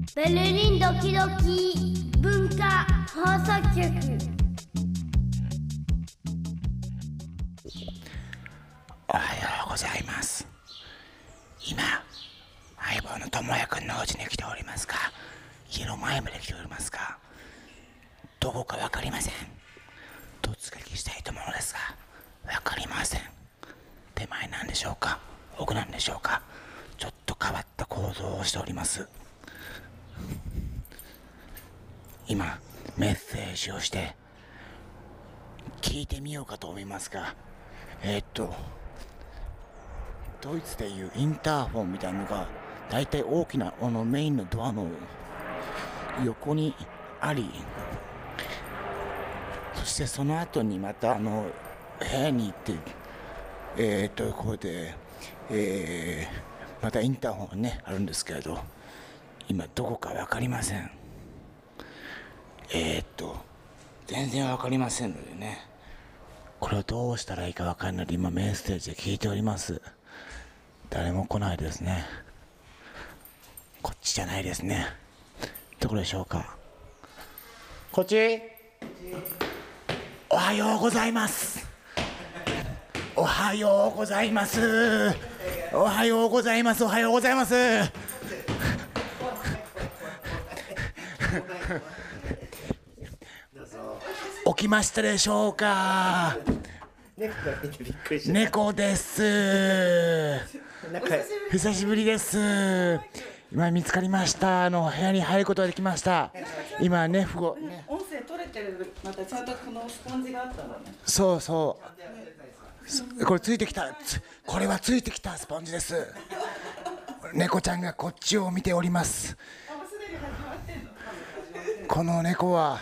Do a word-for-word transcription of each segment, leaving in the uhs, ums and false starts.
ベルリンドキドキ文化放送局。 おはようございます。今相棒のともやくんのお家に来ておりますが、家の前まで来ておりますが、どこか分かりません。突撃したいと思うのですが分かりません。手前なんでしょうか、奥なんでしょうか。ちょっと変わった行動をしております。今メッセージをして聞いてみようかと思いますが、えー、っとドイツでいうインターホンみたいなのがだいたい大きなあのメインのドアの横にあり、そしてその後にまたあの部屋に行ってえー、っとここで、えー、またインターホンがねあるんですけれど、今どこか分かりません。えー、っと全然分かりませんのでね、これをどうしたらいいか分かんないので今メッセージで聞いております。誰も来ないですね。こっちじゃないですね。どこでしょうか。こっち。おはようございます。おはようございます。おはようございます。おはようございます。起きましたでしょうか。猫です。久しぶりです。今見つかりました。あの部屋に入ることができました。今ね、ふご、ね、 音声取れてる。またちゃんとこのスポンジがあったのね。 そうそう。これついてきた。これはついてきたスポンジです。猫ちゃんがこっちを見ております。この猫は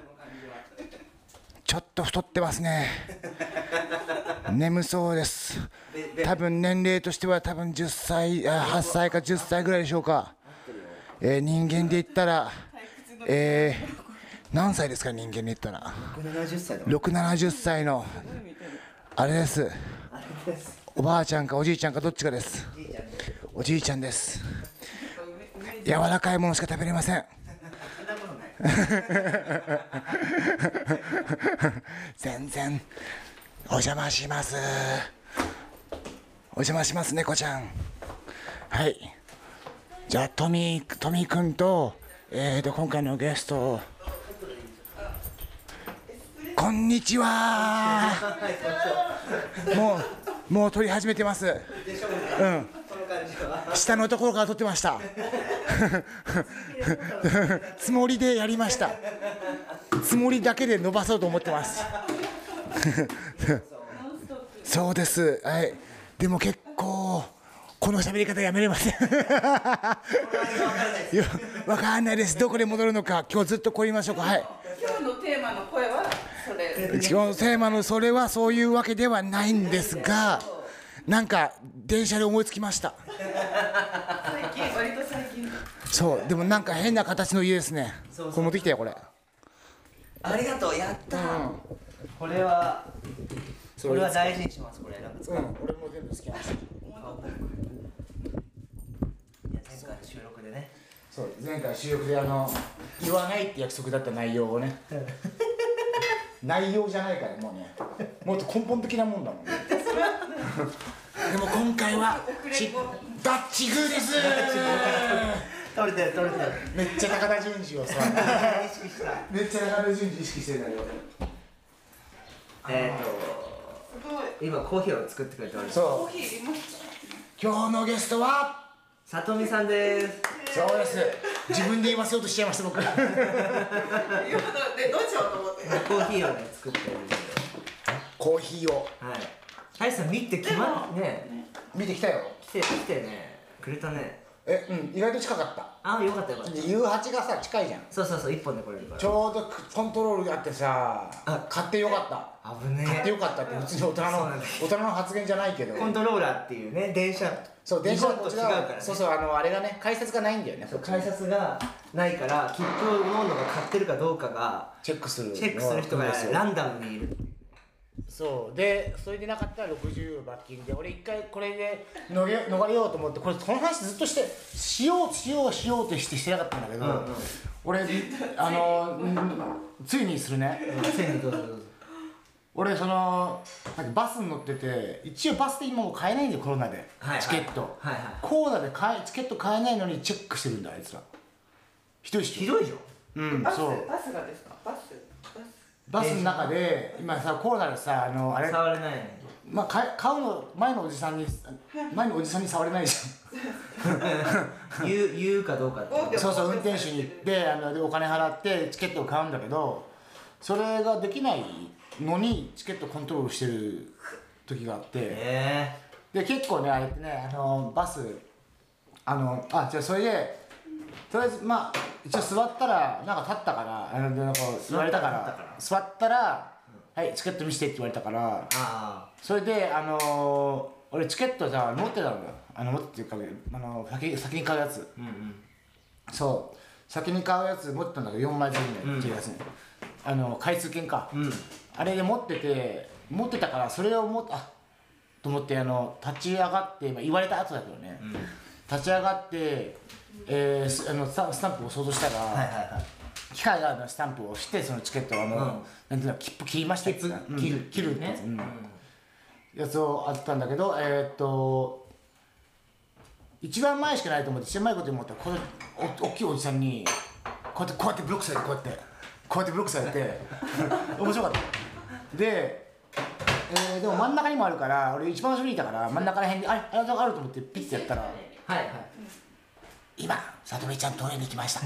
ちょっと太ってますね。眠そうです。多分年齢としては多分じゅっさい、はっさいかじゅっさいぐらいでしょうか。えー、人間で言ったら、えー、何歳ですか。人間で言ったらろく、ななじゅっさいのあれです。おばあちゃんかおじいちゃんかどっちかです。おじいちゃんです。柔らかいものしか食べれません。全然。お邪魔します。お邪魔します猫ちゃん。はい。じゃあトミートミーくんとえーと今回のゲスト、こんにちは。もうもう撮り始めてます。うん。下のところから撮ってました。つもりでやりました。つもりだけで伸ばそうと思ってます。そうです。はい。でも結構この喋り方やめれません。わかんないです。どこで戻るのか。今日ずっとこう言いましょうか。はい。 今日のテーマの声はそれ。 今日のテーマのそれはそういうわけではないんですが、なんか電車で思いつきました。 最近割と最近。 そう。でもなんか変な形の家ですね。これ持ってきたよこれ。 ありがとう。やったー。うん、これはこれは大事にします。これなんか使う。 うん、俺も全部好きなんですよ。 前回の収録でね。 そう、前回収録であの言わないって約束だった内容をね。内容じゃないからもうね、もっと根本的なもんだもんね。でも今回はダッチグーです。 取れてる取れてる。 めっちゃ高田純次をさ、 意識した。 めっちゃ高田純次意識してるんだけど。 えっと今コーヒーを作ってくれております。 そう。今日のゲストはさとみさんです。 そうです。自分で言わせようとしちゃいました僕。 でどうしようと思って。 コーヒーをね作ってるんで。 コーヒーを。 はい。ハイさん見てきまね。 見てきたよ。 来て来てねくれたね。 え、うん、意外と近かった。 あ、よかったよかった。 ゆうはちがさ近いじゃん。 そうそうそう、一本で来れるから。 ちょうどコントロールがあってさ、買ってよかった。 危ねえ。 買ってよかったって普通に大人の大人の発言じゃないけど。 コントローラーっていうね電車。 そう電車と違うからね。 そそうそうあのあれがね改札がないんだよね。 改札がないから切符をノンノが買ってるかどうかがチェックするチェックする人がランダムにいる。 そうでそれでなかったらろくじゅう罰金で、俺一回これで逃れ逃れようと思って、これこの話ずっとしてしようしようしようってしてしてなかったんだけど、うんうん、俺あのついにするね、 ついにどうぞどうぞ。 俺そのなんかバスに乗ってて、一応バスで今もう買えないんだよコロナで、はいはい、チケット、はいはい、コロナで買えチケット買えないのにチェックしてるんだあいつら。ひどいしひどいじゃん。 うん、 バスそうバスがですか？バスバスバスの中で今さコロナでさあのあれ触れないのに、 まあ、買うの前のおじさんに前のおじさんに触れないじゃん言う言うかどうかってそうそう運転手に行ってあのでお金払ってチケットを買うんだけど、それができないのにチケットコントロールしてる時があって、 えー、で結構ねあれってねあのバスあのあじゃあそれでとりあえずまあ一応座ったらなんか立ったからあのなんか言われたから座ったら、うん、はいチケット見せてって言われたから、あそれであのー、俺チケットさ持ってたのよ、あの持ってっていうかあの先先に買うやつ、うんうん、そう先に買うやつ持ってたんだけどよんまいぶんぐらいっていうやつね、うん、あの回数券か、うん、あれで持ってて持ってたからそれをもあと思ってあの立ち上がって、まあ、言われた後だけどね、うん、立ち上がってえー、あのスタスタンプを想像したら、はいはいはい、機械がスタンプを押してそのチケットをあの、うん、なんていうの切符切りましたって切る切るってやつ、うんうん、やつをあったんだけど、えー、っと一番前しかないと思って一番前こと思ったらこのお大きいおじさんにこうやってこうやってブロックされてこうやってこうやってブロックされて面白かったで、えー、でも真ん中にもあるから俺一番後ろにいたから真ん中ら辺にあれあれあると思ってピッてやったらはいはい今、さとみちゃんトイレに来ました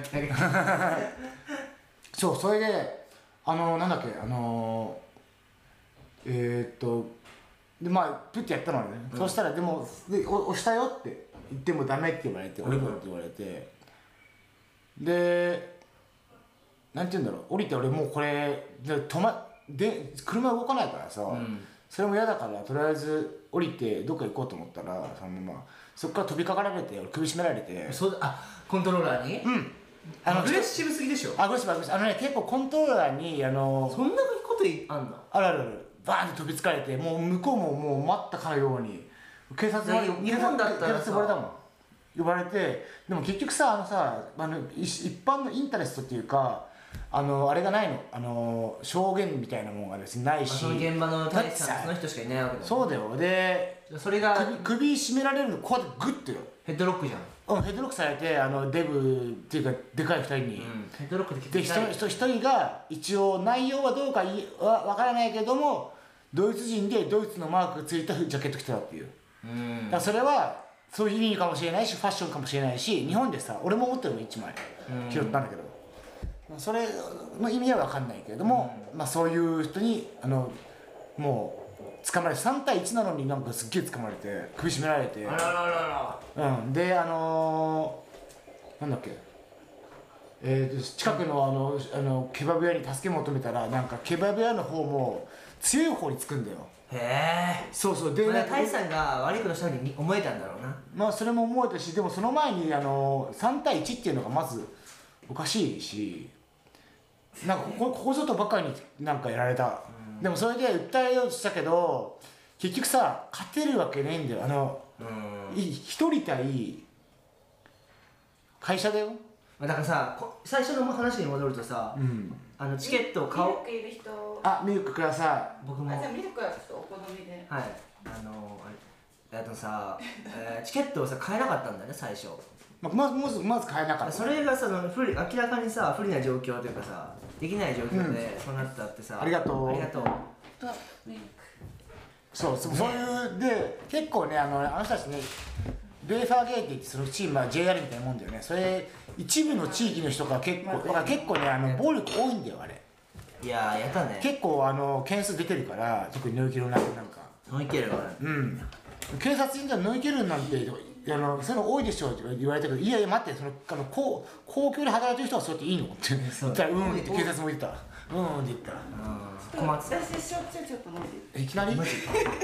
そう、それであのー、なんだっけあのー、えー、っとでまあプッてやったのね、うん、そしたらでもで押したよって言ってもダメって言われて降りろって言われて、うん、でなんて言うんだろう降りて俺もうこれで止まで車動かないからさ、うん、それも嫌だからとりあえず降りてどっか行こうと思ったらそのままそっから飛びかかられて首絞められてそうあコントローラーにうんあのアグレッシブすぎでしょアグレッシブアグレッシブあのね結構コントローラーにあのそんなことあんのあるあるあるバーンって飛びつかれてもう向こうももう待ったかのように警察まで日本だったら警察呼ばれたもん呼ばれてでも結局さあのさあの一般のインタレストっていうかあのあれがないのあの証言みたいなものが別にないしその現場の大使さんその人しかいないわけだそうだよでそれが首首絞められるのこうやってグッとよヘッドロックじゃんうんヘッドロックされてあのデブっていうかでかいふたりに、うん、 ヘッドロックでで一人が一応内容はどうかは分からないけどもドイツ人でドイツのマークがついたジャケット着てたっていう、うん、だからそれはそういう意味かもしれないしファッションかもしれないし日本でさ俺も持ってるのいちまい拾ったんだけど、うん、それの意味は分かんないけれども、うんまあ、そういう人にあのもう捕まれてさんたいいちなのになんかすっげえ捕まれて首絞められてあららららうんであのー、なんだっけえー、近くのあのあのケバブ屋に助け求めたらなんかケバブ屋の方も強い方につくんだよへえそうそうで、 まあ、タイさんが悪いことしたように思えたんだろうなまあそれも思えたしでもその前にあのさんたいいちっていうのがまずおかしいしなんかここここぞとばかりになんかやられた、うん、でもそれで訴えようとしたけど結局さ勝てるわけねえんだよあの、うん、一人対会社だよだからさ最初の話に戻るとさ、うん、あのチケットを買おうミルクいる人あミルクください僕もあじゃあミルクはちょっとお好みではいあのあとさ、えー、チケットをさ買えなかったんだね最初ままずまずまず買えなかったそれがその不利明らかにさ不利な状況というかさできない状況で、うん、そうなったってさありがとうありがとうミルクそうそう、ね、そういうで結構ねあのあの人たちねベーファーゲーティってそのチームは ジェイアール みたいなもんだよねそれ一部の地域の人が結構だから結構ねあの暴力多いんだよあれいやーやったね結構あの件数出てるから特にノイケルなんかノイケルはうん警察にじゃノイケルなんてあのそういうの多いでしょって言われたけどいやいや待ってそのあの公公共で働いてる人はそうやっていいのって言ったらうんって警察も言ったうんって言ったら小松私しょっちゅうちょっと飲んでいきなりマジ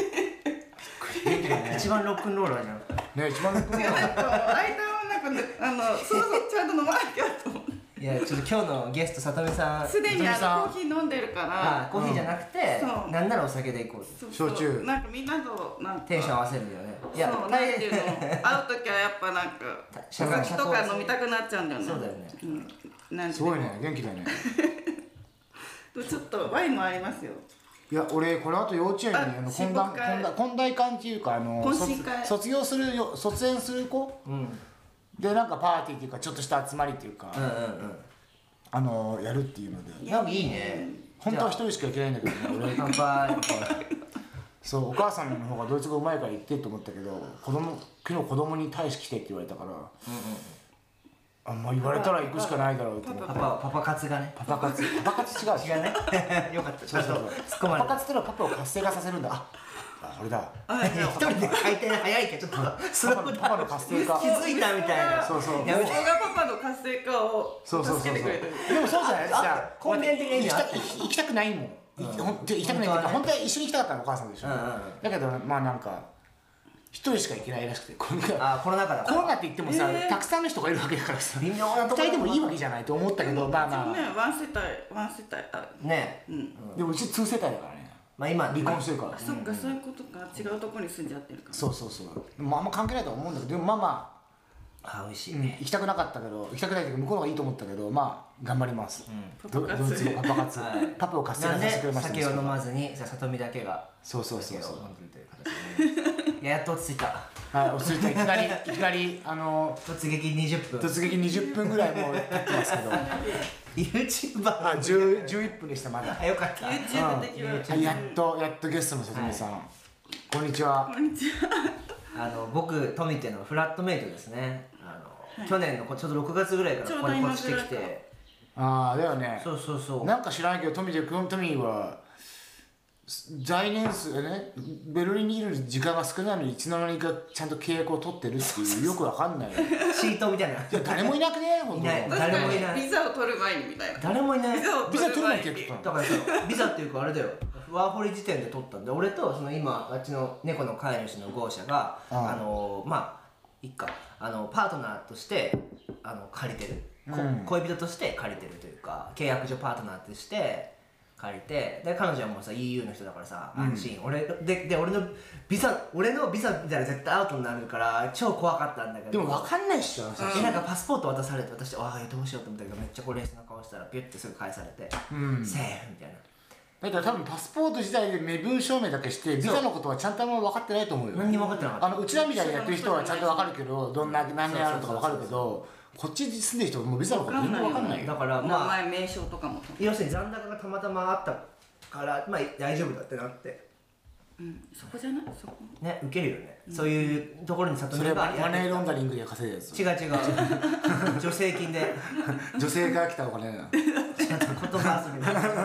一番ロックンローラーじゃんね一番ロックンローラー間はなんかねあのそろそろちゃんと飲まなきゃと思っていやちょっと今日のゲストさとみさんすでにあさんのコーヒー飲んでるからあコーヒーじゃなくて、 そうなんならお酒でいこうそうそう焼酎なんかみんなとなんかテンション合わせるよねいやそうなんていうの会う時はやっぱなんか社お酒とか飲みたくなっちゃうんだよねそうだよねうんなんてすごいね元気だねちょっとワインもありますよいや俺この後幼稚園にああの親懇談睦会懇談懇談会っていうかあの懇親会卒卒業するよ卒園する子うんでなんかパーティーっていうかちょっとした集まりっていうか、 うんうんあのやるっていうのでうんなんかいいね本当は一人しか行けないんだけどね俺乾杯そうお母さんの方がドイツ語うまいから行ってと思ったけど子供昨日子供に大使来てって言われたからあんま言われたら行くしかないだろうと思ってパパパパ活がねパパ活パパ活違うし違うねよかったちょっと突っ込まれたパパ活ってのはパパを活性化させるんだああ俺だ一人で回転早いけどちょっとスローパパの活性化気づいたみたいなそうそうやめてここがパパの活性化をそうそうそうそう助けてくれてるでもそうじゃないじゃあ根源的な意味あ行きた行きたくないもん行きほん行きたくないっていうか本当は一緒に行きたかったのお母さんでしょうんうんうんだけどまあなんか一人しか行けないらしくてこれがあコロナ禍だコロナって言ってもさ、 えーたくさんの人がいるわけだからさ微妙なところ二人でもいいわけじゃないと思ったけどまあまあねワン世帯ワン世帯あねうんでもうちツー世帯だからねまあ今離婚してるからあそっかそういうことか違うところに住んじゃってるからそうそうそうでもあんま関係ないとは思うんだけどでもまあまあ美味しいあ、うん行きたくなかったけど行きたくないというか向こうの方がいいと思ったけどまあ頑張ります、どパパ活ドイツ語パパ活、 はいパパを活性なんで化させてくれました酒を飲まずにじゃあ里見だけがそうそうそうそう酒を飲んでるという形でねいややっと落ち着いたはい落ち着いたいきなりいきなりあの突撃にじゅっぷん突撃にじゅっぷんぐらいもう経ってますけど YouTuber あじゅう、じゅういっぷんでしたまだあよかった YouTube 的なはいやっとやっとゲストの里見さん、こんにちはこんにちはあの僕富っていうのはフラットメイトですねあの、去年のこちょうどろくがつぐらいからここに越してきてああだよねそうそうそうなんか知らないけどトミーでトミーは在年数ねベルリンにいる時間が少ないのにいつの間にかちゃんと契約を取ってるっていうよくわかんないシートみたいな誰もいなくね本当いない確か誰もいないにビザを取る前にみたいな誰もいないビザをビザ取るの取る前にに結構だからさビザっていうかあれだよワーホリ時点で取ったんで俺とその今あっちの猫の飼い主の豪舎があああのまあいっかあのパートナーとしてあの借りてる、こうん恋人として借りてるというか契約上パートナーとして借りてで彼女はもうさ イーユー の人だからさ安心、俺でで俺のビザ俺のビザ見たら絶対アウトになるから超怖かったんだけどでもわかんないっしょでなんかパスポート渡されて私ああどうしようと思ったけどめっちゃこれの顔したらピュッてすぐ返されて、 うんセーフみたいなだから多分パスポート自体で身分証明だけしてビザのことはちゃんとあんま分かってないと思うよ何にも分かってなかったあのうちらみたいにやってる人はちゃんと分かるけどどんな何年あるとか分かるけどこっちに住んでる人はもうビザのこと全然分かんないよだから名まあ前名称とかも要するに残高がたまたまあったからまあ大丈夫だってなってうんそこじゃないそこね受けるよね、そういうところに里それ見がはマネーロンダリリングで稼いだやつ違う違う助成金で女性から来たお金だ言葉遊び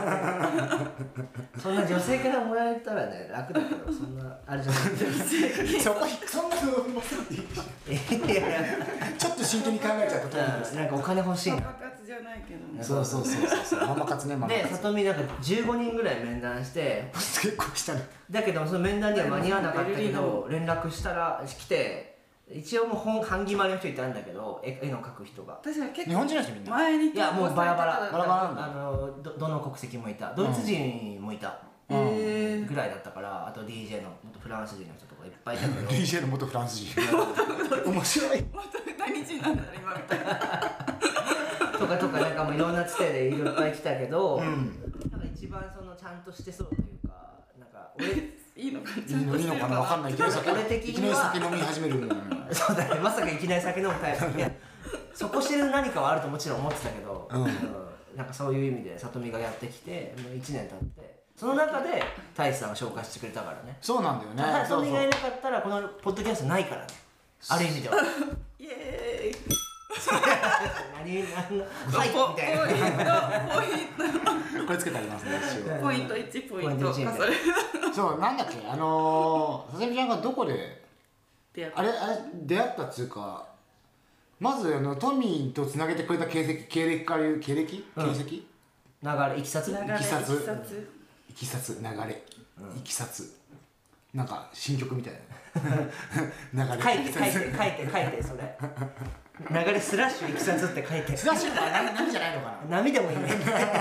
そんな女性からもらえたらね楽だけどそんなあれじゃないそこそんなの思わせていいいやいやちょっと真剣に考えちゃったと思うんですなんかお金欲しいなパパ活じゃないけどねそうそうそうそうそうママ活ねママで活里見なんかじゅうごにんぐらい面談して結構したねだけどその面談には間に合わなかったけベルリンどの連絡したら来て一応もう本半決まりの人いたんだけど絵絵の描く人が確かに結日本人の人みんな前にいやもうバラバラバラバラなんだあのどどの国籍もいたドイツ人もいた、 へーぐらいだったからあと ディージェー の元フランス人の人とかいっぱいいたけどディージェー の元フランス人面白い何人なんだろう今みたいなとかとかなんかもういろんなつてでいろいろいっぱい来たけど、 うんなんか一番そのちゃんとしてそうというかなんか俺いいのかいいのいいのかな分かんないいきなり酒俺的にはいきなり酒飲み始めるんだよねそうだねまさかいきなり酒飲むタイプいやそこしてる何かはあるともちろん思ってたけど、 うんなんかそういう意味で里見がやってきてもういちねん経ってその中で太一さんが紹介してくれたからねそうなんだよね里そうそう見がいなかったらこのポッドキャストないからねある意味ではイエーイ何何のはいポみたいなポイントこれつけてありますね一応ポイントいちポイントポイントいちかそれそうなんだっけあのーささみちゃんがどこでであれあれ出会ったっつうかまずあのトミーとつなげてくれた経歴経歴からいう経歴うん経歴、 流れいきさつ流れいきさついきさついきさつ流れ、いきさつなんか新曲みたいな流れ書いて書いて書いて書いてそれ流れスラッシュいきさつって書いてスラッシュとか波波じゃないのかな波でもいいね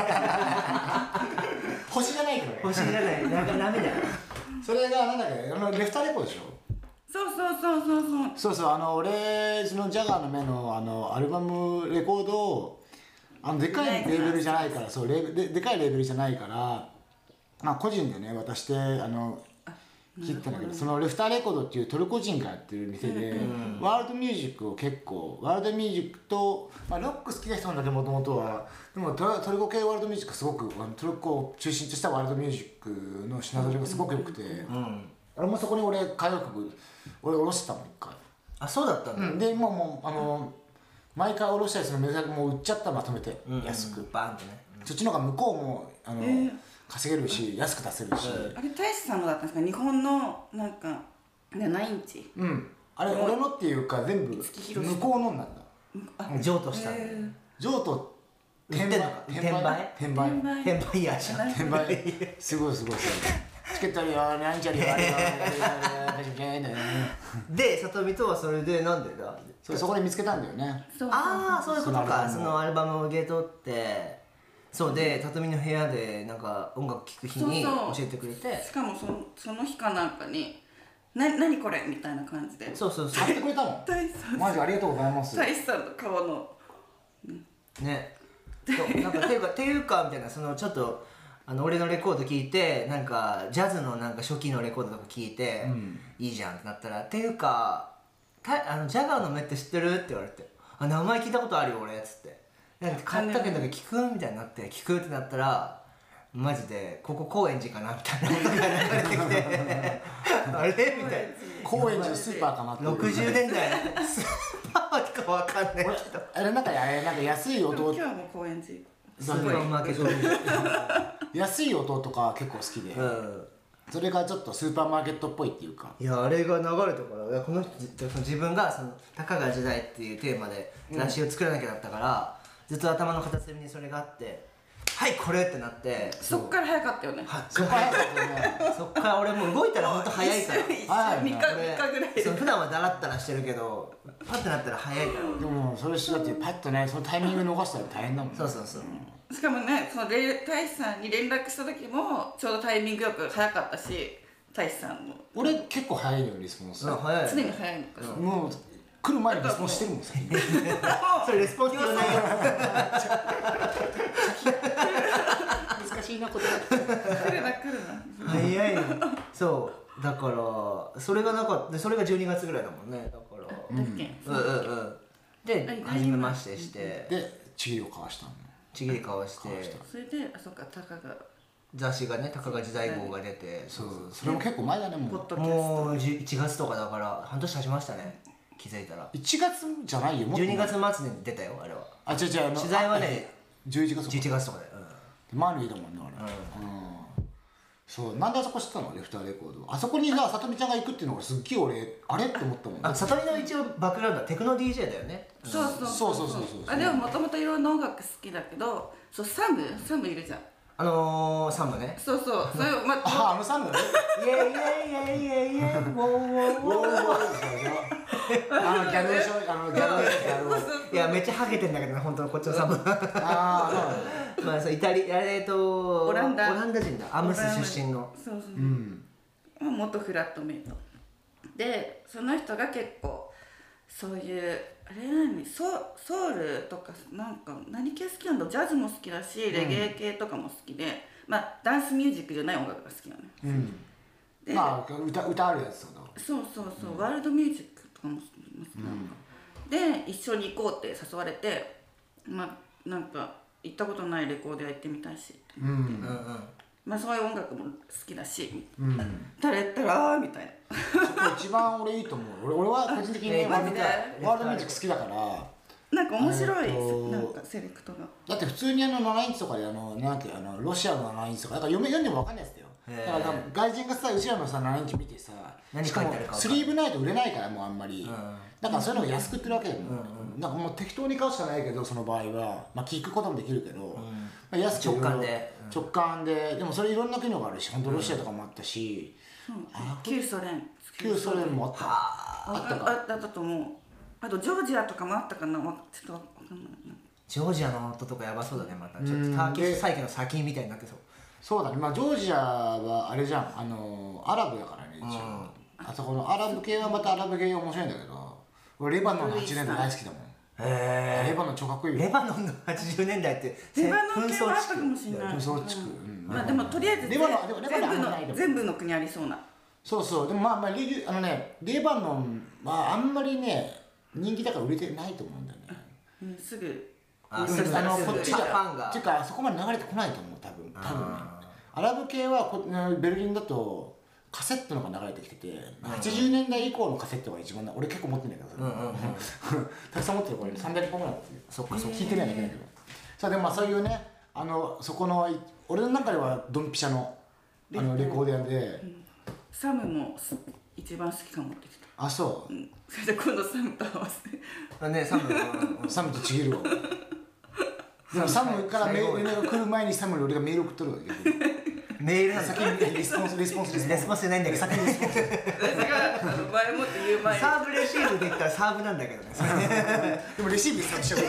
星じゃないけどね星じゃないなんか波だよそれがなんだっけあのレフターレコードでしょそうそうそうそうそうそうそうあの俺そのジャガーの目のあのアルバムレコードをあのでかいレーベルじゃないからそうレーベででかいレーベルじゃないからまあ個人でね渡してあの切ったんだけどそのレフターレコードっていうトルコ人がやってる店で、うん、ワールドミュージックを結構ワールドミュージックと、まあ、ロック好きな人なんだけどもともとはでもトルコ系ワールドミュージックすごくトルコを中心としたワールドミュージックの品揃えがすごく良くて、うん、俺もそこに俺歌謡曲俺下ろしてたもん一回あそうだったんだ、 うん、でもうもうあの毎回下ろしたやつの目先もう売っちゃったまとめて、うん、安くバンってね、 うん、そっちの方が向こうもあの、えー稼げるし、うん、安く出せるし、 あれ大志さんのだったんですか日本のなんかななインチうんあれ俺のっていうか全部向こうのなんだ譲渡したんだよ譲渡転売転売転売転売やじゃん転売すごいすごいすごいチケットあるよなんちゃりよあるよで里見とはそれでなんでだそ, そこで見つけたんだよねああそういうことかそのアルバムを受け取ってそうで畳の部屋でなんか音楽聴く日に教えてくれてしかも そ, その日かなんかにな何これみたいな感じでそうそうそう買ってくれたのマジありがとうございます大志さんの顔の、 うん、ねそうなんかていうかていうかみたいなそのちょっとあの俺のレコード聞いてなんかジャズのなんか初期のレコードとか聞いて、うん、いいじゃんってなったらていうかたあのジャガーの目って知ってるって言われてあ名前聞いたことあるよ俺っつってなんか買ったけど聞くみたいになって聞くってなったらマジでここ高円寺かなみたいなことが流れてきてあれみたいな高円寺スーパーかなってろくじゅうねんだいスーパーかわかんないけどあれなんかあれなんか安い音今日も高円寺スーパーマーケット安い音とか結構好きで、うん、それがちょっとスーパーマーケットっぽいっていうかいやあれが流れたからこの人自分がそのたかが時代っていうテーマで雑誌を作らなきゃだったから、うん、ずっと頭の片隅にそれがあってはいこれってなってそっから早かったよねそっから早かったよねそっから俺もう動いたらほんと早いからみっかぐらいそう普段はダラッタラしてるけどパッてなったら早いからでもそれしだってパッとねそのタイミング逃したら大変だもんねそうそうそう、 しかもねその大志さんに連絡した時もちょうどタイミングよく早かったし大志さんも俺結構早いのよリスポンスうん早い常に早いのかな、 うん、もう来る前にリスポンスしてるもん先にそれレスポンス言わない難しいなこと来るな来るな早いそうだからそれがなかったそれがじゅうにがつぐらいだもんねだからうんうんうんで初めましてしてでちぎりを交わしたのちぎり交わしてそれであそっかたかが雑誌がねたかが時代号が出てそうそれも結構前だねもうもういちがつとかだから半年経ちましたね気づいたらいちがつじゃないよじゅうにがつ末に出たよあれはあ違う違う取材はねじゅういちがつじゅういちがつとかでマーリーだもんねあれ、うんうん、そうなんであそこ知ったのレフターレコードあそこにささとみちゃんが行くっていうのがすっげえ俺あれって思ったもんあさとみの一応バックグラウンドはテクノ ディージェー だよね、 うん、そうそうそうそうそうそうあでももともといろんな音楽好きだけどそうサムサムいるじゃんあのー、サムねそうそうそれをまああのサムねイエイイエイイエイイエイイエイウォーウォーウォーウォーあのギャルでしょあのギャルでしょいやめっちゃハゲてんだけどね本当のこっちのサムああまあそうイタリアえっとオランダオランダ人だアムス出身のそうそう、 うん、 元フラットメイトでその人が結構そういうあれ何 ソ, ソウルとかなんか何系好きなんだジャズも好きだしレゲエ系とかも好きで、うん、まあダンスミュージックじゃない音楽が好きなのね、 うん、でまあ 歌, 歌あるやつとかそうそうそう、うん、ワールドミュージックとかも好きます、うん、で一緒に行こうって誘われてまあなんか行ったことないレコード屋行ってみたいし、 うんうんうん、 まあそういう音楽も好きだし、うん、誰やったらみたいなそこ一番俺いいと思う俺, 俺は個人的に、ね、ワールドミュージック好きだからなんか面白い、えー、なんかセレクトがだって普通にあのななインチとかであのなんてあのロシアのななインチとかだから読め読んでも分かんないやつだよだから外人がさ後ろのさななインチ見てさ何書いてあるかスリーブないと売れないからもうあんまり、うん、だからそういうのが安く売ってるわけでも、うんうん、なんかもう適当に買うしかないけどその場合はまあ聞くこともできるけど、うんまあ、安く直感で、 うん、直感ででもそれいろんな機能があるし本当ロシアとかもあったし、 あ旧ソ連旧ソ連もあったああったかあったと思う。あとジョージアとかもあったかな、わちょっとわかんないな。 ジョージアの音とかやばそうだね。またちょっとターキッシュ再起の先みたいになってそう。 そうだね、まあジョージアはあれじゃん、あのアラブだからね一応、 うんあそこのアラブ系はまたアラブ系が面白いんだけど、俺レバノンのはちじゅうねんだい大好きだもん。 へレバノン超かっこいいよ。 レバノンのはちじゅうねんだいってレバノン系紛争はあっ地区たかもしれない。 紛争地区、うんまあでもとりあえずレバノンでもレバノン全部あんまないでもの全部の国ありそうな。 そうそう、でもまあまあリあのねレバノンはあんまりね人気だから売れてないと思うんだよね。 うん、すぐあうんすぐあのすぐこっちじゃファンがっていうかそこまで流れてこないと思う多分多分ね。アラブ系はこベルリンだとカセットのが流れてきてて、はちじゅうねんだい以降のカセットが一番な、俺結構持ってんだけどそれ、 うんうんうんたくさん持ってるこれさんびゃっぽんぐらい持ってる。 そっかそっか聞いてるやんだけだけど、さあでもまあそういうね、あのそこのい俺の中ではドンピシャのあのレコード屋で、 サムもす一番好きかもってきた。 あそうう、ん、それで今度サムと合わせて。 あねサムうんサムとちぎるわ。でもサムからメールが来る前にサムに俺がメール送っとるわけ。 メールなんだ先にリスポンスリスポンスリスポンスレスポンスじゃないんだけど先にリスポンス。 だからあの前もって言う前に。 サーブレシーブで言ったらサーブなんだけどねそれでもレシーブでサーブしちゃう。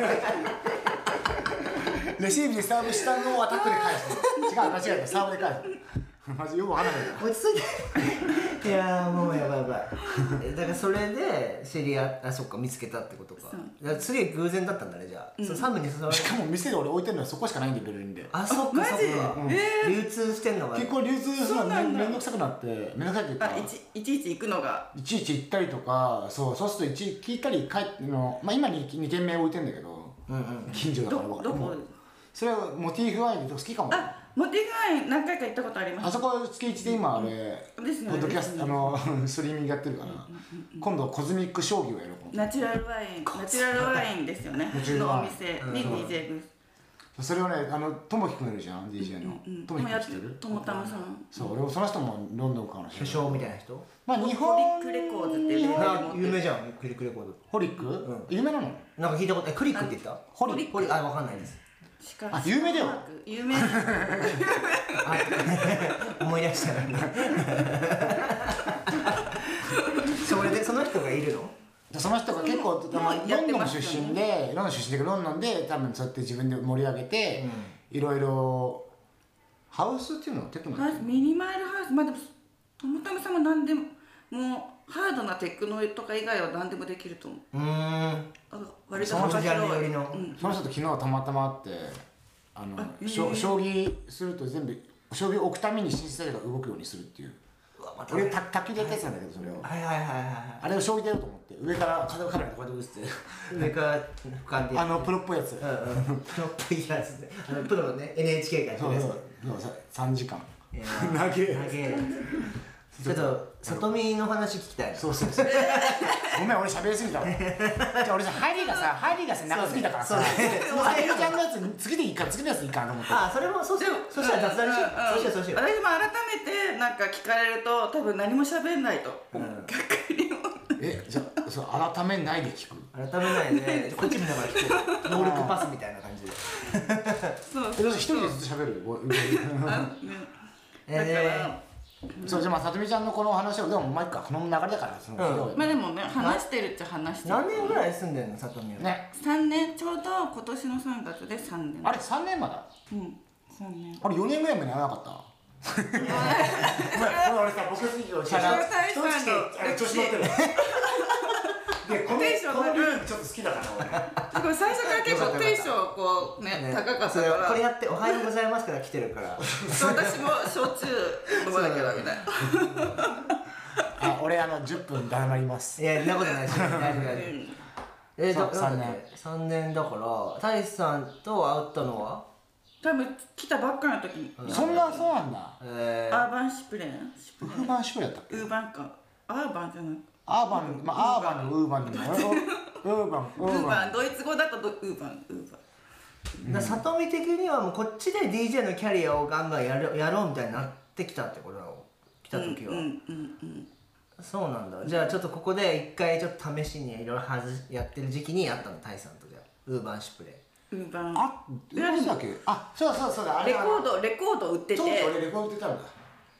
レシーブでサーブしたのをアタックで返す。違う間違えた、サーブで返す。マジよくわかんないけど。 落ち着いていやーもうやばいやばいえだからそれで知り合っあそっか見つけたってことかそうだからすげえ偶然だったんだねじゃあ、そうサムに誘われしかも店で俺置いてるのはそこしかないんでベルリンで。 あそっかマジそっか、 うん流通してんのが結構流通するのめそうなんだめんどくさくなってめんどくさいっていうかあいちいちいち行くのが。 いちいち行ったりとか、そうそうするといち聞いたり帰っての、まあ、今にに軒目置いてんだけど、 うんうん近所だからどどこ？ それはモティーフワインで好きかも。 あ、モティフワイン何回か行ったことあります。 あそこ月いちで今あれ、 ですよねポッドキャストあのストリーミングやってるから、今度コズミック将棋をやろうと思ナチュラルワイン、ナチュラルワインですよね。 ナチュラルワインのお店に ディージェー ブース。 って。それをねあのともきくんいるじゃん ディージェー のうん、 ともきくん知ってる？ ともたまさん。 そう俺もその人もロンドンからの巨匠みたいな人まあ日ホ本リックレコーズっていうレーベルあ持ってる有名じゃんクリックレコードホリック、有名なの？ なんか聞いたことえクリックって言ったホリックホリあわかんないですしかあ有名だよ有名。 あ思い出したそれでその人がいるのその人が結構、まあ、 やロンドンってますよね出身でロンドン出身だけどロンドンで多分そうやって自分で盛り上げて、いろいろハウスっていうのテクノハウスミニマイルハウス、まあでもともたまさんも何でももうハードなテクノとか以外は何でもできると思う。 うーんあ割とその幅ジャンル広い。 寄りのうん。 その人と昨日たまたま会ってあのあへーしょ将棋すると全部将棋を置くためにシンセサイザーが動くようにするっていう。 うわまた俺た卓球でやったやつなんだけどそれをはいはいはいはいあれを将棋でやろうと思って上からカメラでこうやって映って上から俯瞰であのプロっぽいやつうんうんプロっぽいやつであのプロのね エヌエイチケー がやってそうそうるやつそうささんじかんいや長え長えちょっと里見の話聞きたいなそうそうそうごめん俺喋りすぎたわじゃあ俺さ入りがさ入りがさ長すぎたからさそうねそのアメリカンのやつ次でいいか次のやついいかと思ってあそれもそうしようそしたら雑談しようそうしようそうしよう私も改めてなんか聞かれると多分何も喋んないと。 うん逆にも。 えじゃあそう改めないで聞く改めないでこっち見ながら聞くノールックパスみたいな感じでそうえどうせ一人でずっと喋るごあねだから。 そうじゃあまあさとみちゃんのこの話をでもまあいっかこの流れだからその、 うんまあでもね話してるっちゃ話してる。 何年ぐらい住んでんの里見はねさんねんちょうど今年のさんがつでさんねん。 あれさんねんまだうんさんねん。 あれよねんぐらいまでやらなかったごめんごめん俺さ僕好きをしそれは大したの調子乗ってるでこのテンションこのルールちょっと好きだからこれ最初から結構テンションこうねね高かったそれからこれやって「おはようございます」から来てるからそう私も焼酎飲まなきゃダメだよ。 俺あ俺あのじゅっぷん黙りますいやそんなことないですよ大丈夫大丈夫えそうだださんねんってさんねんだから大志さんと会ったのは多分来たばっかの時にそんなそうなんだえアーバンシュプレーンシュプレーンウーバンシュプレやったっけウーバンかアーバンじゃないアーバンまあアーバンのウーバンでも俺もウーバンウウーーバンバンドイツ語だとウーバンウーバンだ里見的にはもうこっちで ディージェー のキャリアをガンガンやるやろうみたいになってきたってことだろ来た時は、 うんうんうんそうなんだじゃあちょっとここで一回ちょっと試しにいろいろ外しやってる時期にやったのタイさんとじゃあウーバンシュプレウーバンあどうしたっけあそうだそうだそうだあれレコードレコード売っててそうそう俺レコード売ってたんだ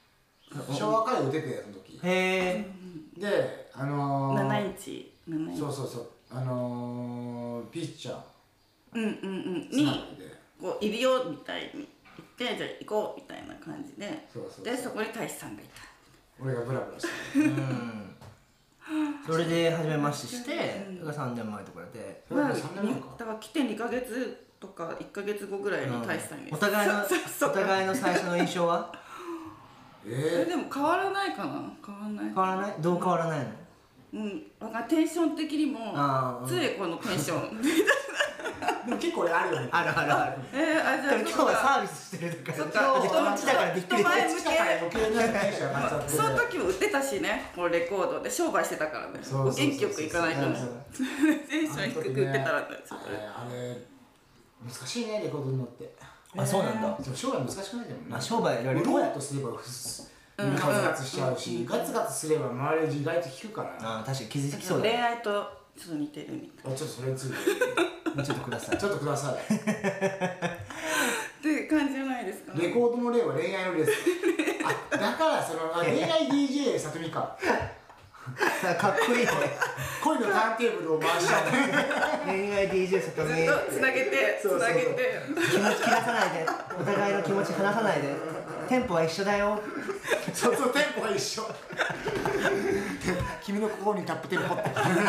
昭和歌謡出てたその時へえであのー、 ななインチななインチそうそうそうあのー、ピッチャーうんうんうんスナッにプでこういるよみたいに言ってじゃあ行こうみたいな感じでそうそうそうでそこに大志さんがいた俺がブラブラしてうんそれで初めましてしてそれがさんねんまえとかでそれまあもさんねんまえかだから来てにかげつとかいっかげつごぐらいに大志さんにお互いのそうそうお互いの最初の印象はええでも変わらないかな変わらない変わらないどう変わらないのうんだからテンション的にもあーつえこのテンションー、でも結構俺あるよねあるあるあるえー、あじゃあでも今日はサービスしてるからそっか人の家だからびっくり人前向けだから余計なテンション上がっちゃってその時も売ってたしねこのレコードで商売してたからねそうそうそうそう元気よくいかないとねテンション低く売ってたらねちょっとあれあれ難しいねレコードに乗ってあそうなんだでも商売難しくないでもまあ商売やり売ろうとすればガツガツしちゃうし、ガツガツすれば周り意外と聞くからあー確かに気づきそうだね恋愛とちょっと似てるみたいあちょっとそれについてもうちょっとくださいちょっとくださいって感じじゃないですかレコードの例は恋愛の例ですあだからそのあ恋愛 ディージェー さとみかかっこいいね恋のターンテーブルを回しちゃう恋愛 ディージェー さとみずっとつなげてつなげて気持ち切らさないでお互いの気持ち離さないでテンポは一緒だよそうそうテンポが一緒君の心にタップテンポって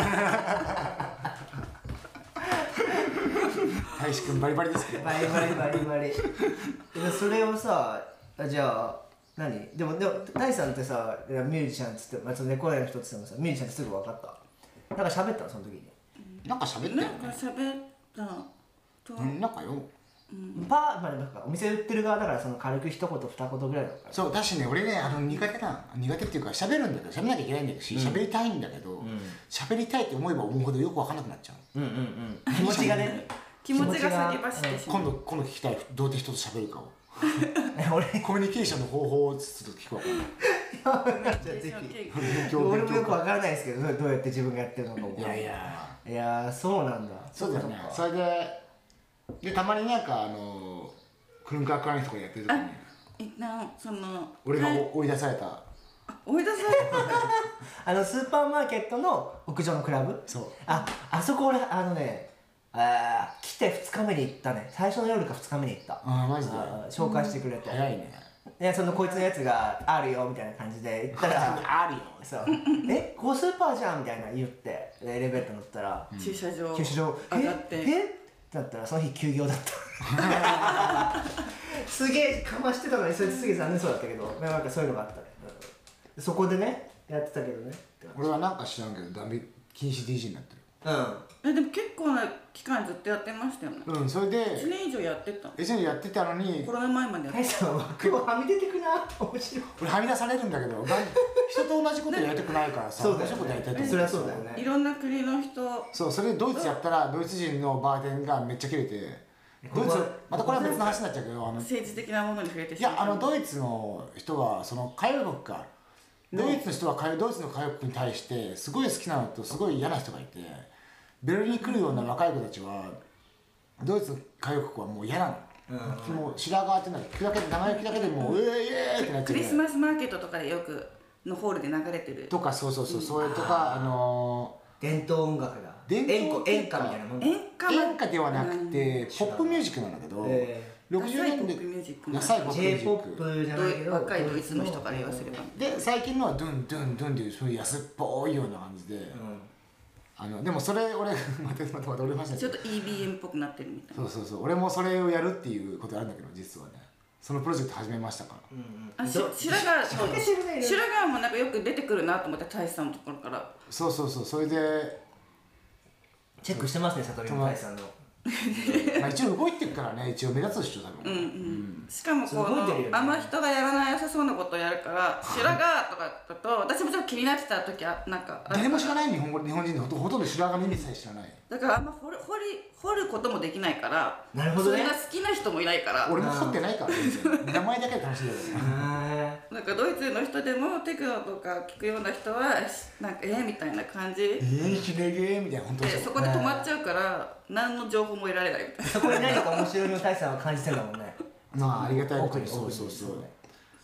大志くんバリバリですけどバリバリバリバリでそれをさじゃあ何でもでも大さんってさミュージシャンっつって、まあ、そのレコーダーの人って言ってもさミュージシャンってすぐ分かったなんか喋ったのその時になんか喋ったよなんかね喋ったとうんなんかよパー、まあ、なんかお店売ってる側だからその軽く一言二言ぐらいだからそうだしね俺ねあの苦手な苦手っていうか喋るんだけど喋んなきゃいけないんだけどし喋、りたいんだけど喋、りたいって思えば思うほどよく分かんなくなっちゃううんうんうん気持ちがね気持ちが先走ってしまう今度今度聞きたいどうやって人と喋るかを俺コミュニケーションの方法をちょっと聞くわかんないじゃあぜひ勉強俺もよくかわからないですけどどうやって自分がやってるのかもいやいやいやーそうなんだそうだよねっかそれででたまになんかあのクルンカークラインとかやってる時に一旦その俺がはい追い出された追い出されあのスーパーマーケットの屋上のクラブそうああそこ俺あのねあー来てふつかめに行ったね最初の夜かふつかめに行ったあーマジであー紹介してくれて、 早いねでそのこいつのやつがあるよみたいな感じで言ったらあるよそうえここスーパーじゃんみたいな言ってでエレベーター乗ったら、 駐車場駐車場上がってええってなったらその日休業だったすげえかましてたのにそれすげえ残念そうだったけどなんかそういうのがあったね、うん、そこでねやってたけどね俺はなんか知らんけどダメ禁止 ディージェー になってるえでも結構な期間ずっとやってましたよねうんそれでいちねん以上やってた以前やってたのにコロナ前までやって大さんは枠をはみ出てくな面白い俺はみ出されるんだけどが人と同じことやりたくないからさそうだよね面白いことやりたいと思うそりゃそうだよねたいろんな国の人そうそれでドイツやったらドイツ人のバーテンがめっちゃキレてドイツまたこれは別の話になっちゃうけどあの政治的なものに触れていしまうやあのドイツの人はその歌謡曲かドイツの人は歌謡ドイツの歌謡曲に対してすごい好きなのとすごい嫌な人がいてベルリンに来るような若い子たちはドイツの歌謡曲はもう嫌なの、うん、もう白髪っていうのは聞くだけで名前聞くだけでもううえーイエーイってなっちゃうクリスマスマーケットとかでよくのホールで流れてるとかそうそうそうそれとかあの伝統音楽だ伝統演歌演歌みたいなもんだ演歌演歌ではなくてポップミュージックなんだけど、 えろくじゅうねんだいダサいポップミュージックダサいポップミュージ j ポックップじゃないけど若いドイツの人から言わせればで最近のはドゥンドゥンドゥンっていうそういう安っぽいような感じで、 うんあのでもそれ俺またまたまた俺ましたちょっと イービーエム っぽくなってるみたいなそうそうそう俺もそれをやるっていうことあるんだけど実はねそのプロジェクト始めましたから、 あし白髪そう仕掛けてるね白髪もなんかよく出てくるなと思って大志さんのところからそうそうそうそれで、 チェックしてますね悟りの大さんのまあ、一応動いてるからね一応目立つでしょ多分、 うんうんしかもこすごい出るよねのあんま人がやらなさそうなことをやるから白髪とかだと私もちょっと気になってた時はなんかある誰も知らない日本語日本人でほとほとんど白髪耳さえ知らないだからあんま掘る掘り掘ることもできないからなるほどねそれが好きな人もいないから俺も掘ってないから全然名前だけで楽しいんだけどなんかドイツの人でもテクノとか聞くような人はなんかえー、みたいな感じえー、ひねげーみたいな本当にでそこで止まっちゃうから何の情報も得られないみたいなそこに何か面白いの大さんは感じてるんだもんねまあありがたいこと奥ににそうそうそう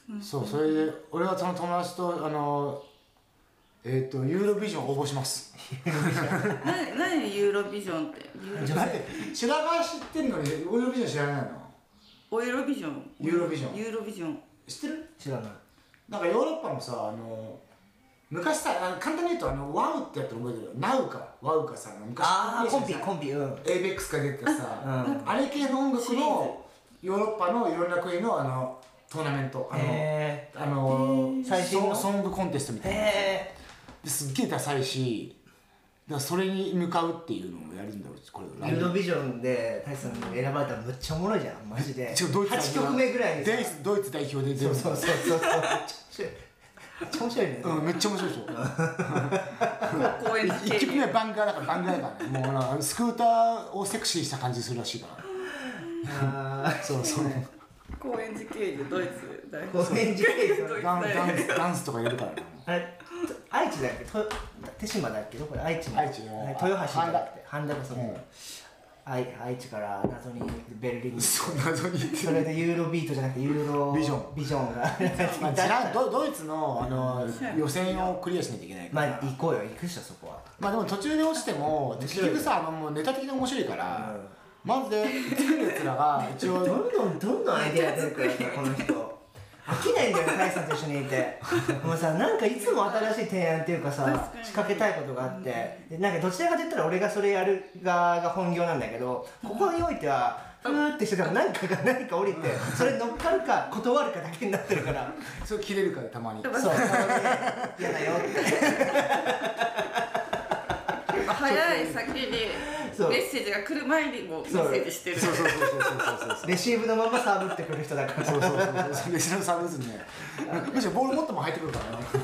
そうそれで俺はその友達とあのえっ、ー、とユーロビジョン応募します何何ユーロビジョンってユーロだって白髪知ってんのにユーロビジョン知らないの？ オイロビジョンユーロビジョンユーロビジョン知ってる？ 知らない。 なんかヨーロッパのさあの昔さあの簡単に言うとあのワウってやったの覚えてる？ナウかワウかさ昔ああコンピコンピうん。 エイベックスが出てたさ、 うん、 あれ系の音楽のヨーロッパのいろんな国のあのトーナメントあの、 えー、 あの最新のソングコンテストみたいな、 えー、ですっげえダサいしだからそれに向かうっていうのをやるんだろうこれユーロビジョンでタイさんに選ばれたらむっちゃおもろいじゃんマジでちょドイツはちきょくめぐらいにドイツドイツ代表で出るそうそうそうそうめっちゃ面白いね、 うん、めっちゃ面白いでしょ公園いっきょくめはバンガーだからバンガーだからねもうなスクーターをセクシーした感じするらしいからあそうそう高円寺経由ドイツ大高円寺経由ダンダンスダンスとかやるからねあれ愛知だっけと手島だっけどこれ愛知の愛知の豊橋じゃなくて半田がそう、 うん愛愛知から謎にベルリンにそう謎にそれでユーロビートじゃなくてユーロビジョンビジョンがまあじゃあドドイツのあの予選をクリアしないといけないかまらあ行こうよ行くっしょそこはまあでも途中で落ちても結局さあのもうネタ的に面白いからまずで作るやつらが一応どんどんどんどんアイデア出てくるこの人飽きないんだよタイさんと一緒にいてもうさなんかいつも新しい提案っていうかさ仕掛けたいことがあってでなんかどちらかといったら俺がそれやる側が本業なんだけどここにおいてはふーってしてたら何かが何か降りてそれに乗っかるか断るかだけになってるからそれ切れるからたまにそうたまに嫌だよって早い先にそうメッセージが来る前にもうメッセージしてるそうそうそうそうそうそうレシーブのままサーブってくる人だからそうそうそうそうレシーブサービスねむしろボール持っても入ってくるからね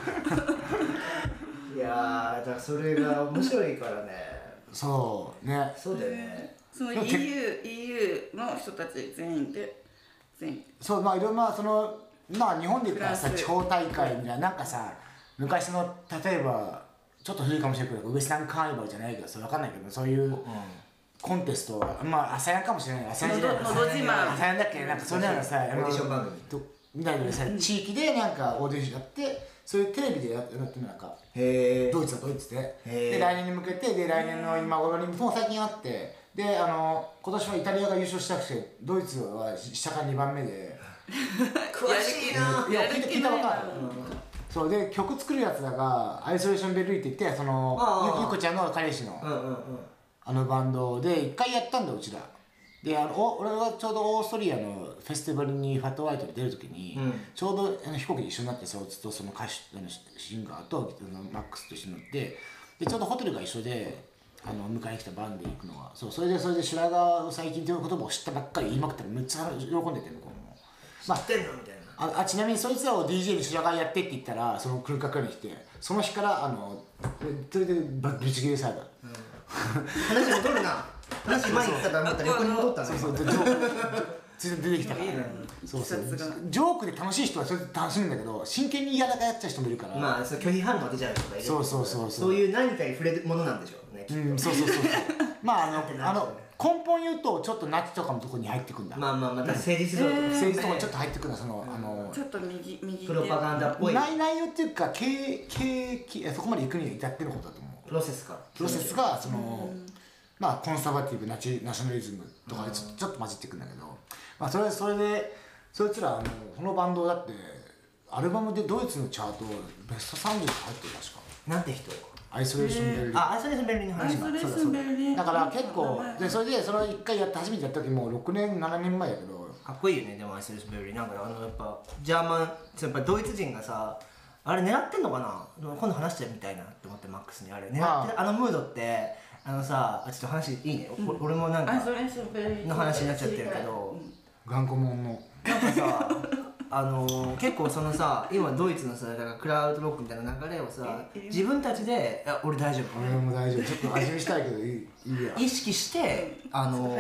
いやーだからそれが面白いからねそうねそうだよねその イーユー、イーユー の人たち全員で全員そうまあいろんなそのまあ日本で言ったらさフランス地方大会みたいななんかさ昔の例えばちょっと古いかもしれないけどウエスタンカーニバルじゃないけどそれ分かんないけどそういうコンテストまあ朝やんかもしれない朝やんじゃないのど自慢朝やんだっけなんかそういうのがさオーディション番組とみたいなさ地域でなんかオーディションやってそういうテレビでやってるなんかへドイツはドイツでへーで来年に向けてで来年の今頃にもう最近あってであの今年はイタリアが優勝したくてドイツは下からにばんめで詳しいないや聞いた聞いたばかりそうで曲作るやつらがアイソレーションベルリーって言ってそのああゆゆこちゃんの彼氏のうんうんうんあのバンドで一回やったんだうちらであのお俺はちょうどオーストリアのフェスティバルにファットワイトで出る時に、うん、ちょうどあの飛行機で一緒になってそいつとその歌手あのシンガーとあのマックスと一緒になってでちょうどホテルが一緒であの迎えに来たバンで行くのがそうそれでそれで白髪最近という言葉を知ったばっかり言いまくったらめっちゃ喜んでて向こうもまあ知ってんのみたいなああちなみにそいつらを ディージェー に白髪やってって言ったらその空間に来てその日からあのそれでぶち切れされた、うん、 話戻るな話前に来たと思ったら横に戻ったねそうそうそう出てきたからそうそうジョークで楽しい人はそれで楽しむんだけど真剣に嫌だからやっちゃう人もいるからまあそ拒否反応出ちゃう人がいるそうそうそうそうそういう何かに触れるものなんでしょうねきっと、 うん、そうそうそうそうまああのあの根本言うとちょっとナチとかのところに入ってくんだまあまあまた政治思想とか、 政治とかちょっと入ってくるんだその、あのちょっと右右プロパガンダっぽい内内容っていうか経経経そこまで行くに至ってることだと思うプロセスかプロセスがそのまあコンサバティブナチナショナリズムとかでちょちょっと混じってくんだけどまあそれそれでそいつらあのこのバンドだってアルバムでドイツのチャートベストさんじゅうに入ってる確かなんて人アイソレーションベルリンあアイソレーションベルリンの話かアイソレーションベルリンだから結構でそれでそのいっかいやって初めてやった時もうろくねんななねんまえだけどかっこいいよねでもアイソレーションベルリンなんかあのやっぱジャーマンやっぱドイツ人がさあれ狙ってんのかな今度話しちゃうみたいなって思ってマックスにあれ狙ってる、まあ、あのムードってあのさあちょっと話いいね、うん、俺もなんかの話になっちゃってるけど頑固者のなんかさあのー、結構そのさ今ドイツのさだからクラウドロックみたいな流れをさ自分たちで「あ俺大丈夫」 俺も大丈夫ちょっと味見したいけどいいいいや意識してあの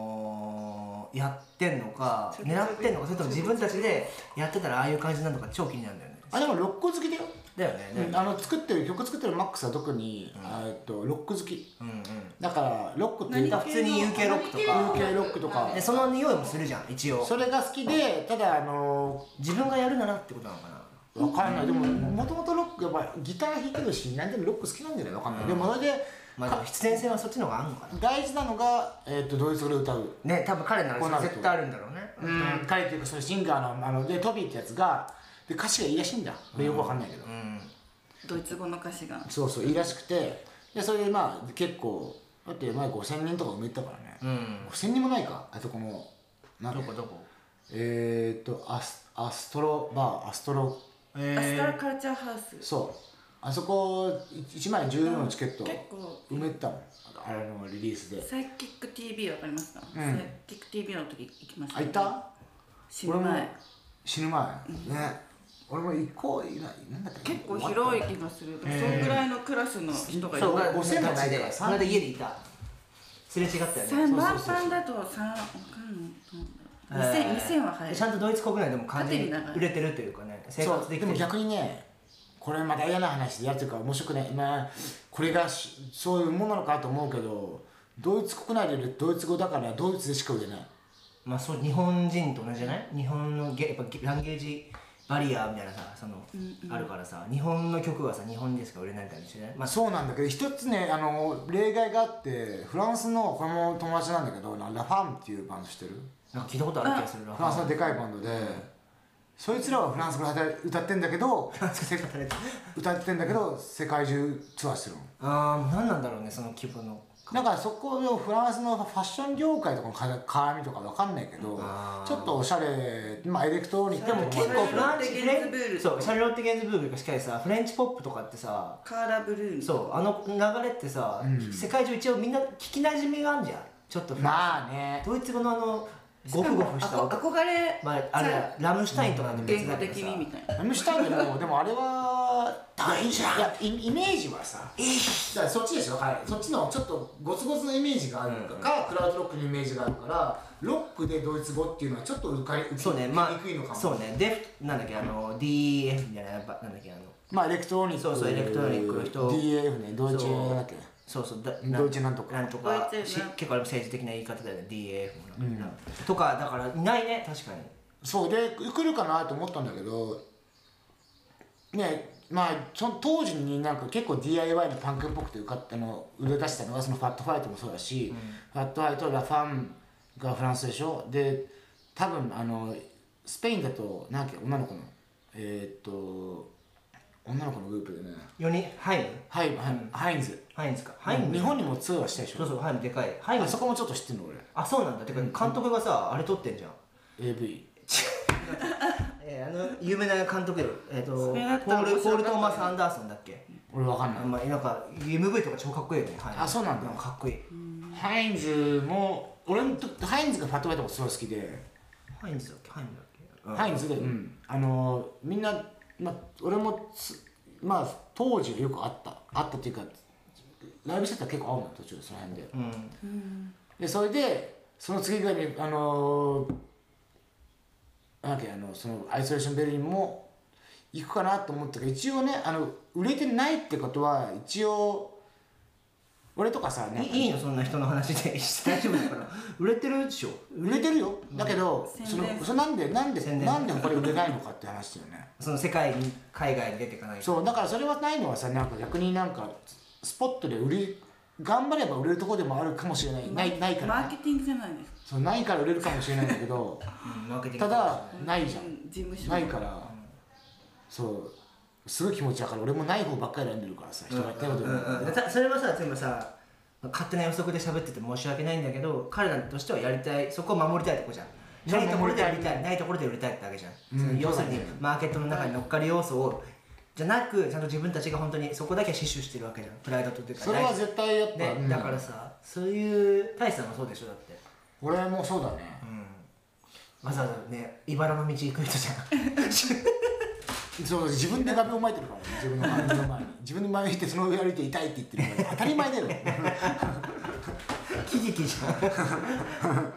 ー、やってんのか狙ってんのかそれとも自分たちでやってたらああいう感じなのか超気になるんだよねあでもロック好きだよ。 だよね、 うん、あの作ってる曲作ってるマックスは特に、うん、とロック好き、 うんうん、 だからロックっていうか普通に ユーケー ロックとかユーケー ロックとかでその匂いもするじゃん一応。 それが好きで、ただあの自分がやるならってことなのかな、 わかんない。でももともとロックやっぱギター弾いてるし何でもロック好きなんじゃないわかんない、うん、でもそれでまあでも必然性はそっちの方があるのかな。 大事なのが、えー、とドイツ語で歌うね、多分彼なら絶対あるんだろうね。 うん、彼っていうかそのシンガーのあのでトビーってやつがで歌詞がいいらしいんだ、うん、よくわかんないけど、うん、 ドイツ語の歌詞がそうそういいらしくて、でそれでまあ結構だって前ごせんにんとか埋めてたからね、うん、ごせんにんもないかあそこのなんどこどこえー、っとアスアストロバーアストロ、 えー、アストロカルチャーハウス、 そうあそこいちまいじゅうよんのチケット埋めてたもん、あれのリリースで。 サイキック ティーブイ わかりますか、うん、サイキック ティーブイ の時行きました、 ね、あ、行った？ 死ぬ前死ぬ前、うん、ね俺も行こういななんだっけ結構広い気がする、そのぐらいのクラスの人がいる。 そうごせんもないでそれで家でいたすれ違ったよね。 さんばんパンだとさんわかんないにせんは入る。 ちゃんとドイツ国内でも完全に売れてるというかね、生活できてる。 でも逆にねこれまた嫌な話でやるというか面白くない、まあこれがそういうものなのかと思うけど、ドイツ国内でドイツ語だからドイツでしか売れない。 まあそう日本人と同じじゃない？日本のゲやっぱランゲージバリアみたいなさその、うんうん、あるからさ日本の曲はさ日本でしか売れないかもしれない。 まあそうなんだけど一つねあの例外があってフランスのこれも友達なんだけどラファンっていうバンド知ってる？ なんか聞いたことある気がする。 フランスのでかいバンドで、うん、そいつらはフランス語で歌ってんだけど歌ってんだけど世界中ツアーしてるの。 ああ何なんだろうねその規模の。 だからそこのフランスのファッション業界とかの絡みとかわかんないけどちょっとおしゃれまあエレクトロニックでも結構フランスフレンそうシャルロッテ・ゲンズブールがしっかりさフレンチポップとかってさカーラブルーンそうあの流れってさ、うん、世界中一応みんな聞きなじみがあるじゃんちょっとまあねドイツ語のあのゴフゴフした憧れ、 まあ、あれラムシュタインとかの言語的にみたいなラムシュタインでもでもあれは大事いやイメージはさだからそっちでしょ、はい、そっちのちょっとゴツゴツのイメージがあるのか、うん、クラウドロックのイメージがあるからロックでドイツ語っていうのはちょっと受かりにくいのかも。 そうねデフなんだっけあの ディーエフ みたいななんだっけあのまあエレクトロニックそうそうエレクトロニックの人ディーエフ ねドイツなんだっけそうそうドイツなんとかなんとか結構政治的な言い方だよね ディーエーエフ も、うん、とかだからいないね確かに。 そうで来るかなと思ったんだけどねまあその当時になんか結構 ディーアイワイ のパンクっぽくて受かったの売れ出したのがそのファットファイトもそうだし、うん、ファットファイトラファンがフランスでしょ。で多分あのスペインだとなんだっけ女の子のえー、っと女の子のグループでねよにんハイムハイムハインズハインズかハイム日本にもツアーしたでしょ。 そうそうハイムでかいハイムあそこもちょっと知ってんの俺。 あそうなんだてか監督がさあれ撮ってんじゃんエーブイえー、あの有名な監督よえっ、ー、とポールポールトーマス・アンダーソンだっけ。 俺わかんない。 まあなんか エムブイ とか超かっこいいよね。はい、 あそうなんだかっこいい。 ハインズも俺のとハインズがファットファイトもすごい好きで。 ハインズだっけハインズだっけ、 うん、ハインズでうんあのみんなまあ俺もまあ当時よくあったあったっていうかライブしてたら結構合うの途中でその辺で、うん、でそれでその次ぐらいにあのなんだっけあのそのアイソレーションベルリンも行くかなと思ったけど一応ねあの売れてないってことは一応俺とかさねいいのそんな人の話で大丈夫だから売れてるでしょ。 売れてるよだけど、うん、そのそのなんでなんでなんでこれ売れないのかって話だよねその世界に海外に出ていかないと。 そうだからそれはないのはさなんか逆になんかスポットで売り頑張れば売れるところでもあるかもしれない、ないないから、 マーケティングじゃないですか。 そうないから売れるかもしれないんだけど、うん、ただないじゃん、 事務所ないから、うん、そうすごい気持ちだから俺もない方ばっかり選んでるからさ、人がやったことない、 うんうんうん、それはさ全部さ勝手な予測で喋ってて申し訳ないんだけど彼らとしてはやりたいそこを守りたいとこじゃん。ないところでやりたいないところで売りたいってわけじゃん、うん、その要するにマーケットの中に乗っかる要素をじゃなくちゃんと自分たちが本当にそこだけ死守してるわけじゃんプライドというかそれは絶対やっぱ、 ねうん、だからさそういう大志さんもそうでしょだって俺もそうだね、 うん、わざわざね茨の道行く人じゃんそう自分で画面を巻いてるからね自分の前の前に自分の前に行ってその上歩いて痛いって言ってるから当たり前だよキジキじゃん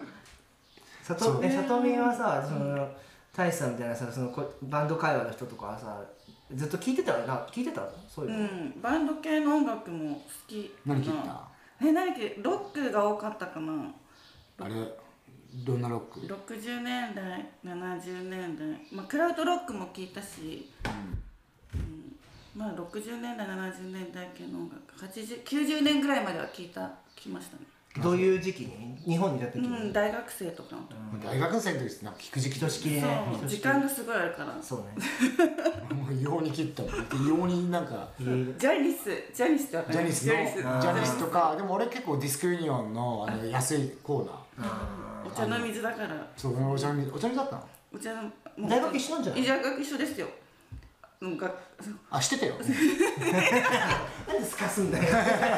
さとみはさその大志さんみたいなさそのバンド会話の人とかはさずっと聴いてたよな聴いてたそういううの、 ん、バンド系の音楽も好きかな。 何聞いた？ え何系ロックが多かったかな。 あれどんなロック？ ろくじゅうねんだいななじゅうねんだい、まあ、クラウドロックも聞いたし、うんまあろくじゅうねんだいななじゅうねんだい系の音楽はちじゅう、きゅうじゅうねんぐらいまでは聞いた聞きましたね。 どういう時期に日本にいた時に、 うん、大学生とかの時、 大学生の時ってなんか聞く時期ひとしきりねそう時間がすごいあるからそうねもう異様に切ったもん異様になんかジャニスジャニスってわかる？ ジャニスのジジャニスャニスとかでも俺結構ディスクユニオンのあの安いコーナーお茶の水だからそうお茶の水お茶の水だったの？ お茶のもう大学一緒なんじゃない？ 大学一緒ですよ。なんかあ知ってたよなんですかすんだよだ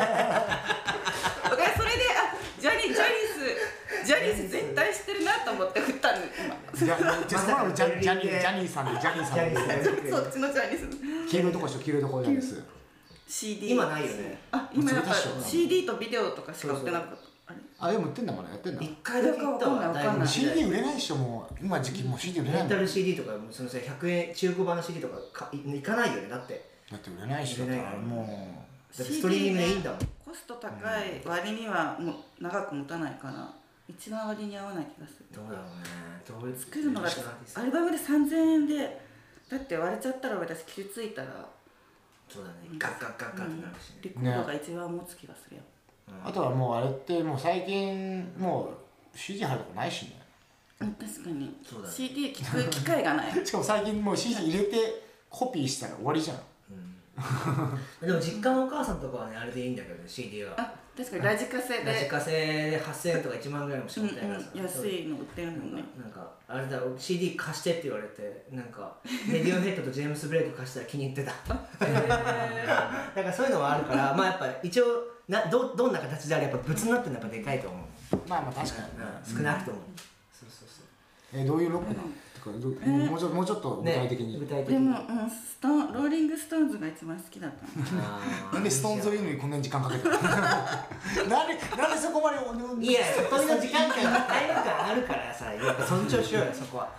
からそれであジャニジャニスジャニス絶対知ってるなと思って振ったんです今。 じゃじゃその前のジャジャニージャニーさんでジャニーさんでそっちのジャニス黄色いとこでしょ黄色いとこジャニスシーディー今ないよねあ今やっぱそれでしょシーディー とビデオとかしか売ってなかったあれあでも売ってんだもんねやってんだ一回だけ行ったわわかんないわかんないシーディー 売れないでしょもう今時期もう シーディー 売れないもんだレンタル シーディー とかそのさひゃくえん中古版の シーディー とかかい行かないよねだってって売れないでしょ売れないからもだってストリーミングでいいんだもんコスト高い割にはもう長く持たないから一番割に合わない気がする。 どうだろうねどう作るのが知らないですアルバムでさんぜんえんでだって割れちゃったら私傷ついたらそうだねガッガッガッガッってなるしねレコードが一番持つ気がするよ。 うあとはもうあれってもう最近もう シーディー 貼るとこないしねうん確かにそうだねシーディー 聞く機会がないしかも最近もう シーディー 入れてコピーしたら終わりじゃんでも実家のお母さんとかはねあれでいいんだけどね シーディー はあ確かにラジカセでラジカセではっせんえんとかいちまんぐらいもしうんかもたいなさうん安いの売ってるもんね。 なんかあれだ シーディー 貸してって言われてなんかレディオヘッドとジェームス・ブレイク貸したら気に入ってただからそういうのはあるからまあやっぱ一応な ど, どんな形であれやっぱ物になってるのはやっぱでかいと思う、 まあまあ確かにねうん、少なくとも、そうそうそうえどういうロックなのとかどもうちょもうちょっと具体的に具体的にでも、うん、ストーンローリングストーンズが一番好きだったの。 あーなんでストーンズを言うのにこんなに時間かけてるなんでなんでそこまでいやそんな時間感タイム感あるからさやっぱ尊重しようよそこは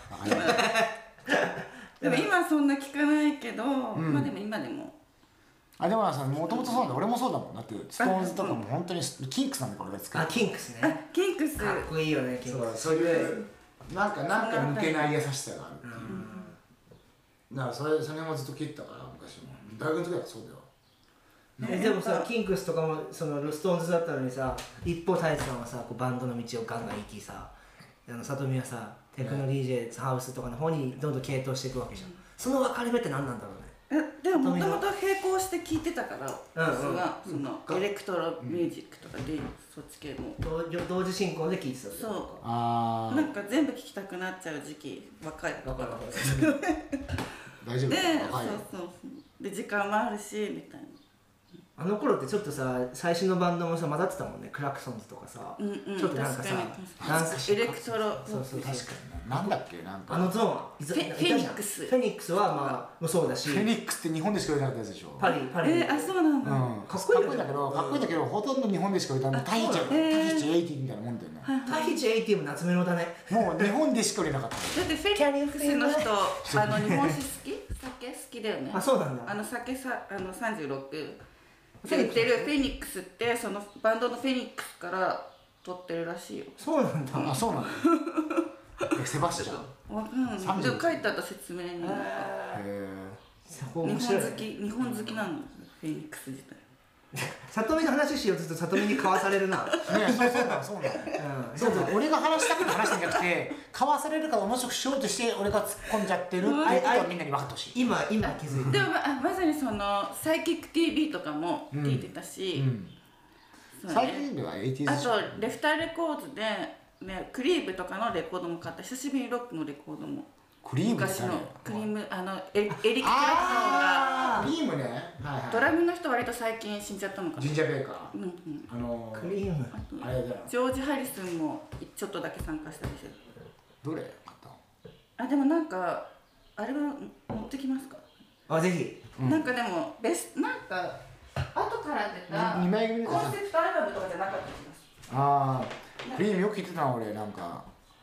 でも今そんな聞かないけど、まあでも今でもあでもさもともとそうなんだ俺もそうだもんだってストーンズとかも本当にキンクスなんだから俺が作るあキンクスあねキンクスかっこいいよねキンクスそういうなんかなんか抜けない優しさがあるだからそれそれもずっと聞いてたから昔も大学の時だからそうだよえでもさキンクスとかもそのストーンズだったのにさ一方太一さんはさこうバンドの道をガンガン行きさあの里見はさテクノ ディージェー ハウスとかの方にどんどん傾倒していくわけじゃん、その分かれ目って何なんだろうねえでももともと並行して聞いてたからうんうん私はそのエレクトロミュージックとかでそっち系も同同時進行で聴いてたってことかそあうなんか全部聞きたくなっちゃう時期若い分かる分か大丈夫でそう若いよそうそうで時間もあるしみたいなあの頃ってちょっとさ最新のバンドもさ混ざってたもんねクラクソンズとかさ、 うんうんちょっとなんかさ確かにダンスしてエレクトロそうそうそう確かにねなんだっけなんかあのゾーンいざフェいたじゃんフェニックスフェニックスはまあもそうだしフェニックスって日本でしか売れなかったやつでしょパリパリえー、あそうなんだ、 うん、 かっこいいよねんだけど、かっこいいんだけど、ほとんど日本でしか歌わない。タヒチ、 そうだねタヒチエイティみたいなもんだよね。 タヒチエイティも夏メロだねもう日本でしか売れなかった。 だってフェニックスの人あの日本酒好き酒好きだよねあそうなんだあの酒さあのさんじゅうろくで売ってるフェニックスってそのバンドのフェニックスから取ってるらしいよそうなんだあ、そうなの。えセバスチャン。 わかんないさんじゅうでも書いてあった説明になんかへそこ日本面白い好き日本好きなのフェニックス自体里見の話しようとすると里見にかわされるなえ。ね、そうそうだ、そうだ。 うんそうそう、俺が話したくて話したんじゃなくて、かわされるから面白くしようとして、俺が突っ込んじゃってるっていうことはみんなに分かってほしい。 今今気づいてでもまあまさにそのサイキック ティーブイ とかも聞いてたし、 うん。 そう最ね近ではエイティあーズ。 とレフターレコーズで、ね、クリーブとかのレコードも買った久しぶりにロックのレコードもクリームって昔の誰クリームあのエリエリック・クラプトンがあー、クリームね。はいはい。 ドラムの人割と最近死んじゃったのかなジンジャーベーカー。 うんうんあのクリームあれだよ。 ジョージ・ハリスンもちょっとだけ参加したりしてるどれ買ったあでもなんかあれは持ってきますか、 あぜひうんなんかでもベスなんか後から出たににまい組でコンセプトアルバムとかじゃなかった気がするああ、クリームよく聞いてたな俺なんか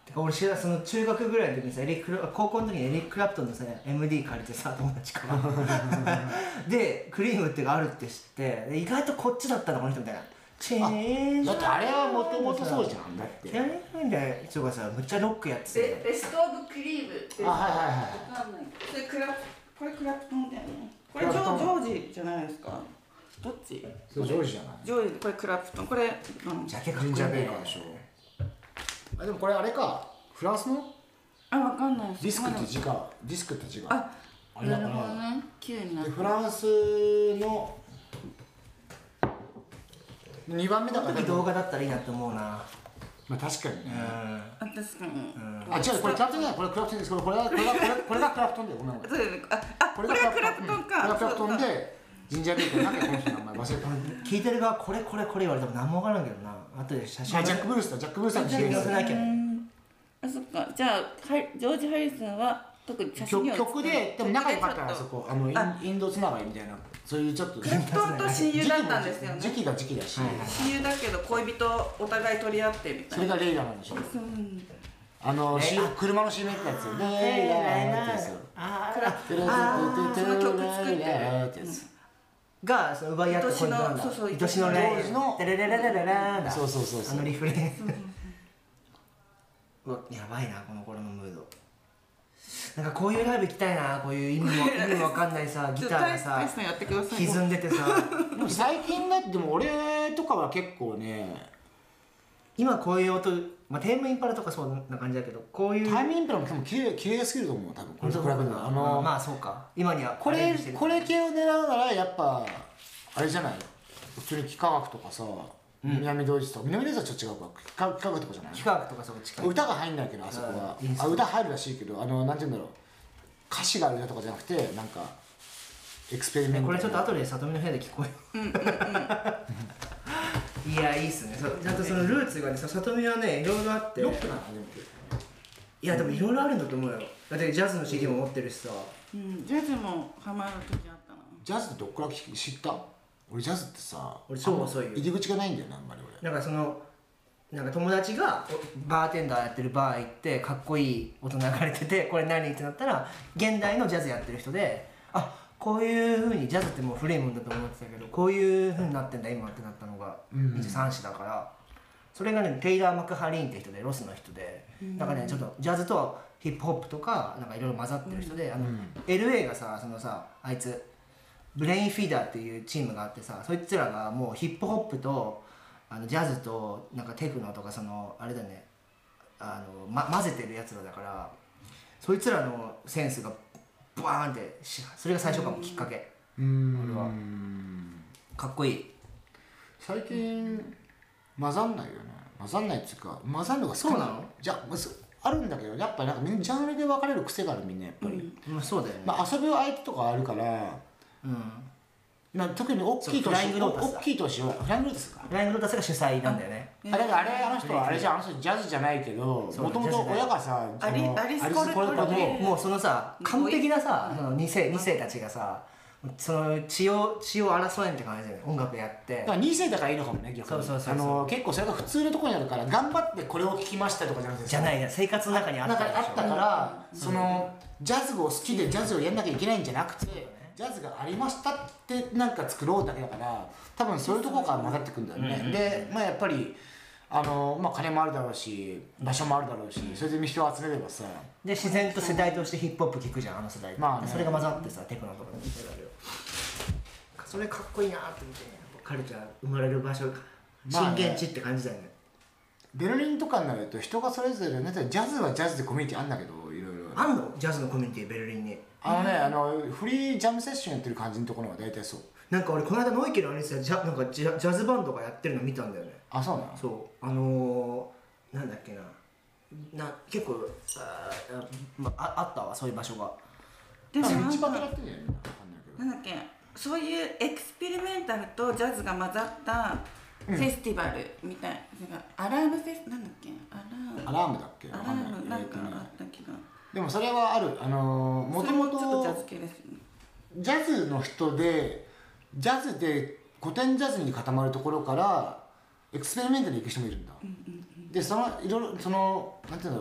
俺知らその中学ぐらいの時にさエリック高校の時にエリック・クラプトンのさ エムディー 借りてさ友達からでクリームってがあるって知ってで意外とこっちだったのこの人みたいなチェーンだってあれはもともとそうじゃんだってチェーンみたいな人がさむっちゃロックやっててベストオブクリームってあはいはいはいわかんないそれクラこれクラプトンだよねこれジョクラプトンジョージじゃないですかどっちそうジョージじゃないジョージこれクラプトンこれうんジャケかっこいいジンジャーベねーカーでしょあでもこれあれかフランスのあわかんないですディスクって字がディスクって字がああれだからなるほどねきゅうになってでフランスのにばんめだからこの時動画だったらいいなって思うなまあ確かにねあ確かにあ違うこれクラプトンじゃないこれクラプトンですこれこれがこれがこれこれがクラプトンだよごめんごめんそうだよねああこれがクラプトンかこれがクラプトンでジンジャーベーカーなんかこの人の名前忘れた聞いてる側これこれこれ言われても何も分からんけどな後で写真あジャック・ブルースだジャック・ブルースさんの写真載せなきゃあそっかじゃあはいジョージ・ハリスンは特に写真には曲曲ででも仲良かったらあそちょっとこあのインあインドつながりみたいなそういうちょっとクラプトンと親友だったんですよね時期が時期だし親友だけど恋人お互い取り合ってみたいなそれがレイラなんでしょそうあのねシー 車の シーエム やったやつレイラーってやつあクラテレテテテテレレレってやつがその奪い合って恋人なんだ愛しのそうそう愛しのレ愛しのテレレレレレレーンだそうそうそうそうあのリフレインうわやばいなこの頃のムードなんかこういうライブ行きたいなこういう意味も意味わかんないさギターがさ大地さんやってください歪んでてさでも最近だってでも俺とかは結構ね今こういう音まあテームインパラとかそんな感じだけどこういうタイムインプラも多分綺麗綺麗すぎると思う多分これと比べるのあのまあそうか今にはこれアレンジしてるこれ系を狙うならやっぱあれじゃない普通に幾何学とかさ、南ドイツとか南ドイツはちょっと違うか幾何学とかじゃない幾何学とかそう近い歌が入んないけどあそこはうんインストあ歌入るらしいけどあのなんて言うんだろう歌詞がある歌とかじゃなくてなんかエクスペリメントこれちょっと後で里見の部屋で聞こえよういやいいっすねそうちゃんとそのルーツがね里見はねいろいろあってロックなのでもいやでもいろいろあるんだと思うよだってジャズの シーディー も持ってるしさうんジャズもハマる時あったなジャズってどっから聞き知った俺ジャズってさ俺超遅いよ入り口がないんだよねあんまり俺なんかそのなんか友達がバーテンダーやってるバー行ってかっこいい音流れててこれ何ってなったら現代のジャズやってる人であこういう風にジャズってもう古いもんだと思ってたけどこういう風になってんだ今ってなったのがにじゅうさん誌だからそれがねテイラー・マクハリーンって人でロスの人でなんかねちょっとジャズとヒップホップとかなんかいろいろ混ざってる人であの エルエー がさそのさあいつブレインフィーダーっていうチームがあってさそいつらがもうヒップホップとあのジャズとなんかテクノとかそのあれだねあの、ま、混ぜてるやつらだからそいつらのセンスがバーンってしそれが最初かもきっかけうん俺はかっこいい最近混ざんないよね混ざんないっていうか混ざるのが少ないそうなのじゃあそあるんだけどやっぱなんかみんなジャンルで分かれる癖があるみんなやっぱり、 まあそうだよね、 まあ、遊ぶ相手とかあるからうんまあ、特に大きいそうフライン年グロータスだ大きい年はフライングロータスかフライングロータスが主催なんだよねあだからあれあの人はあれじゃんあの人ジャズじゃないけどそうもともと親がさアリあのアリスコルコルコルねでもうそのさ完璧なさそのに世に世たちがさその血を血を争えんって感じで音楽やってだからに世だからいいのかもね逆にそうそうそうそうあの結構それが普通のところにあるから頑張ってこれを聴きましたとかじゃなくてじゃないい生活の中にあっなんたでしょかあったからそのジャズを好きでジャズをやんなきゃいけないんじゃなくてジャズがありましたってなんか作ろうだけだから多分そういうところから混ざってくんだよねでまあやっぱりあのまあ金もあるだろうし場所もあるだろうしそれで人を集めればさで自然と世代としてヒップホップ聴くじゃんあの世代って、 まあねそれが混ざってさテクノとかでそれかっこいいなって見てねカルチャー生まれる場所まあね震源地って感じだよね、 ベルリンとかになると人がそれぞれねジャズはジャズでコミュニティあんだけどいろいろあんのジャズのコミュニティベルリンにあのねあのフリージャムセッションやってる感じのところは大体そうなんか俺この間ノイケのあれさジャなんかジャジャズバンドがやってるの見たんだよねあそうなのそうあのー、なんだっけなな結構あー、まあ、あったわそういう場所がでもあ道端なんかやってんじゃないわかんないけどなんだっけそういうエクスペリメンタルとジャズが混ざったフェスティバルみたいな、なんかアラームフェスなんだっけアラームアラームだっけアラわかんないームなんかえーとねあったけどでもそれはあるあのもともそれちょっとジャとズ系ですよねジャズの人でジャズで古典ジャズに固まるところからエクスペリメントに行く人もいるんだ、でそのいろいろそのなんていうんだろう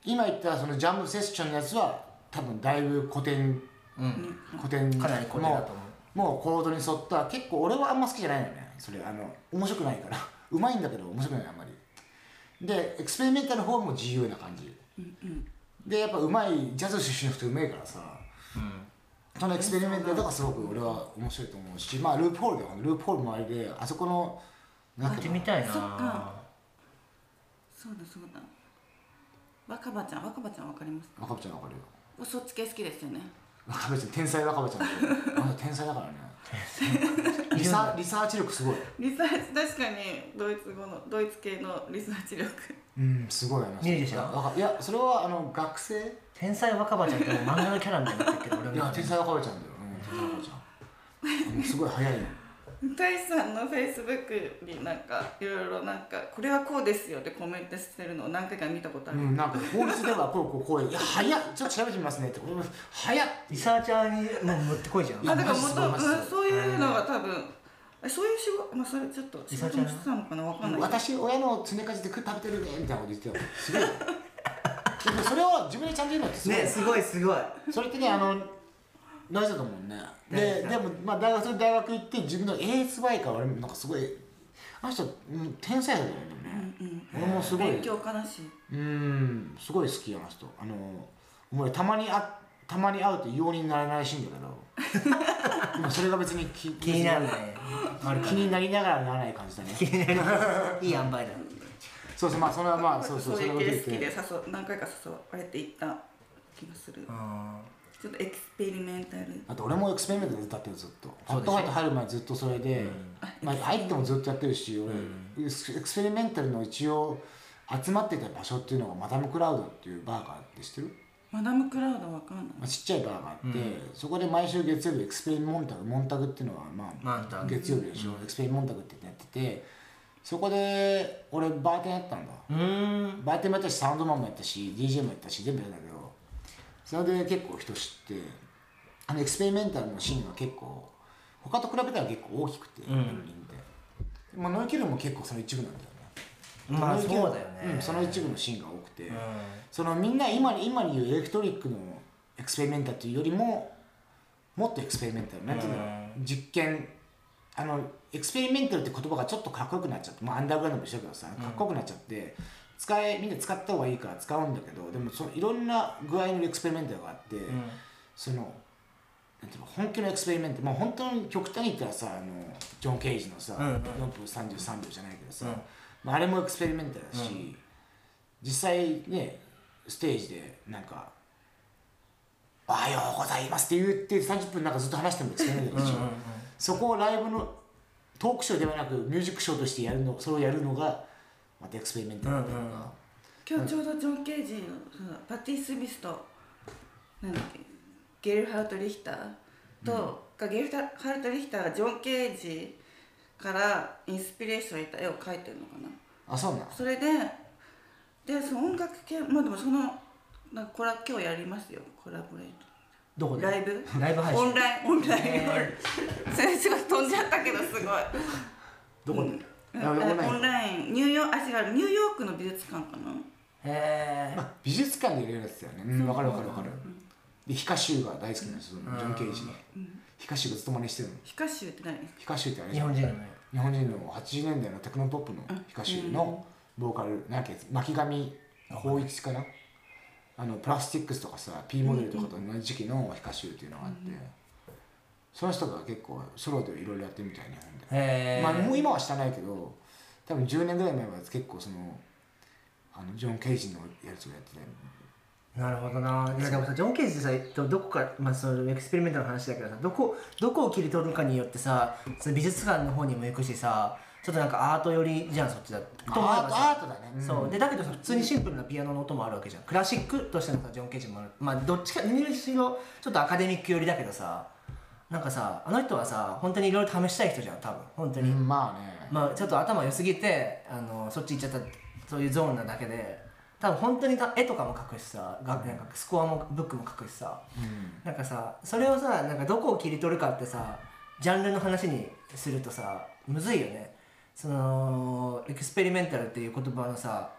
今言ったそのジャムセッションのやつは多分だいぶ古典、 うん、 古典かなり古典だと思う。 もうコードに沿った結構俺はあんま好きじゃないのねそれあの面白くないからうまいんだけど面白くないあんまりでエクスペリメンタルの方も自由な感じ、 うんうん、 でやっぱうまいジャズ出身の人うまいからさ、うん、そのエクスペリメンタルとかすごく俺は面白いと思うしまあループホールだよループホール周りであそこのやってみたいな。 そっかそうだそうだ若葉ちゃん若葉ちゃんわかりますか。 若葉ちゃんわかるよそっち系好きですよね。 若葉ちゃん天才若葉ちゃんだよあの天才だからねリサリサーチ力すごいリサーチ確かにドイツ語のドイツ系のリサーチ力うんすごいあのミュージシャンいやそれはあの学生天才若葉ちゃんって漫画のキャラみたいになってるけど俺いや天才若葉ちゃんだよ、うん、天才若葉ちゃんあのすごい早いの大志さんのフェイスブックになんかいろいろなんかこれはこうですよってコメントしてるのを何回か見たことある、 うん、なんか法律ではこうこうこういや早っちょっと調べてみますねって早っリサーチャーにもう持ってこいじゃん。 あだからもと、 マジでうん、そういうのが多分そういう仕事まあそれちょっと仕事もしてたのかなわかんないけど私親の常かじで食ってるねみたいなこと言ってたよすごいでもそれを自分でちゃんと言うのってすごいねすごいすごい。 それってねあの大事だと思うねででもまあ大学大学行って自分の エーエスワイ から俺もなんかすごいあの人、うん、天才だよね、 うんうん、 俺もすごい勉強家だしうんすごい好きあの人あの俺たまにあたまに会うと異様にならないらしいんだけどでもそれが別に気気になるね気になりながらならない感じだね気になるいい塩梅だ。 そうそうまあそれはまあそうそうそういう系好きでて誘何回か誘われていった気がするちょっとエクスペリメンタルあと俺もエクスペリメントで歌ってるずっとホットハイト入る前ずっとそれで、うんまあ、入ってもずっとやってるし俺、うん、エクスペリメンタルの一応集まってた場所っていうのがマダムクラウドっていうバーがあって知ってる？ マダムクラウドわかんない、 まあ、ちっちゃいバーがあって、うん、そこで毎週月曜日エクスペリモンタグモンタグっていうのはまあ月曜日でしょ、うん、エクスペリモンタグってやっててそこで俺バーテンやったんだうんバーテンもやったしサウンドマンもやったし ディージェー もやったし全部やったけどそれで結構人知ってあのエクスペリメンタルのシーンが結構他と比べたら結構大きくて、うん、ベルリンで、まあ、ノイキルも結構その一部なんだよねまあそうだよね、 うん、その一部のシーンが多くて、うん、そのみんな今に今に言うエレクトリックのエクスペリメンタルっていうよりももっとエクスペリメンタルなんていうの、うん、実験あのエクスペリメンタルって言葉がちょっとかっこよくなっちゃって、まあ、アンダーグラウンドも一緒だけどさかっこよくなっちゃって、うん、使えみんな使った方がいいから使うんだけどでもそのいろんな具合のエクスペリメンタルがあって、うん、そのなんていうの本気のエクスペリメントまあ本当に極端に言ったらさあのジョン・ケイジのさ、うんうん、よんぷんさんじゅうさんびょうじゃないけどさ、うんまあ、あれもエクスペリメンタルだし、うん、実際ねステージでなんか「おはようございます」って言ってさんじゅっぷんなんかずっと話してもエクスペリメンタルでしょ、うんうんうん、そこをライブのトークショーではなくミュージックショーとしてやるのそれをやるのがまたエクスペリメンタルっていうのが、うんうん、 今日ちょうどジョン・ケージのパティ・スミスとなんだっけゲルハルト・リヒターと、うん、ゲルハルト・リヒターがジョン・ケージからインスピレーションを得た絵を描いてるのかなあそうなのそれででその音楽系まあでもそのなんかこれは今日やりますよコラボレートどこでライブライブ配信オンラインオンラインそれすごい飛んじゃったけどすごいどこで、 うん、オンラインニューヨークあ違うニューヨークの美術館かなへえ、 まあ、美術館で入れるやつだよねうん分かる分かる分かる、うん、でヒカシューが大好きなんですよ、うん、ジョン・ケージの、うん、ヒカシューがずっと真似してるのヒカシューって何ヒカシューってあれ日本人のね日本人のはちじゅうねんだいのテクノポップのヒカシューのボーカルなんか巻上光一かなあのプラスティックスとかさ P モデルとかと同じ時期のヒカシューっていうのがあって、うん、その人が結構ソロでいろいろやってるみたい日本でへまあもう今はしてないけど多分じゅうねんぐらい前は結構そのあのジョン・ケイジのやつをやってたよなるほどな。いやでもさジョン・ケージってさどこか、まあ、そのエクスペリメントの話だけどさどこどこを切り取るかによってさその美術館の方にも行くしさちょっとなんかアート寄りじゃんそっちだとアートアートだね、 うん、そうでだけどさ普通にシンプルなピアノの音もあるわけじゃんクラシックとしてのさジョン・ケージもあるまあどっちか何しろちょっとアカデミック寄りだけどさなんかさあの人はさ本当にいろいろ試したい人じゃん多分本当に、 うん、まあねまあちょっと頭良すぎてあのそっち行っちゃったそういうゾーンなだけで多分本当に絵とかも描くしさ、うん、なんかスコアもブックも書くしさ、うん、なんかさそれをさなんかどこを切り取るかってさジャンルの話にするとさむずいよねそのエクスペリメンタルっていう言葉のさ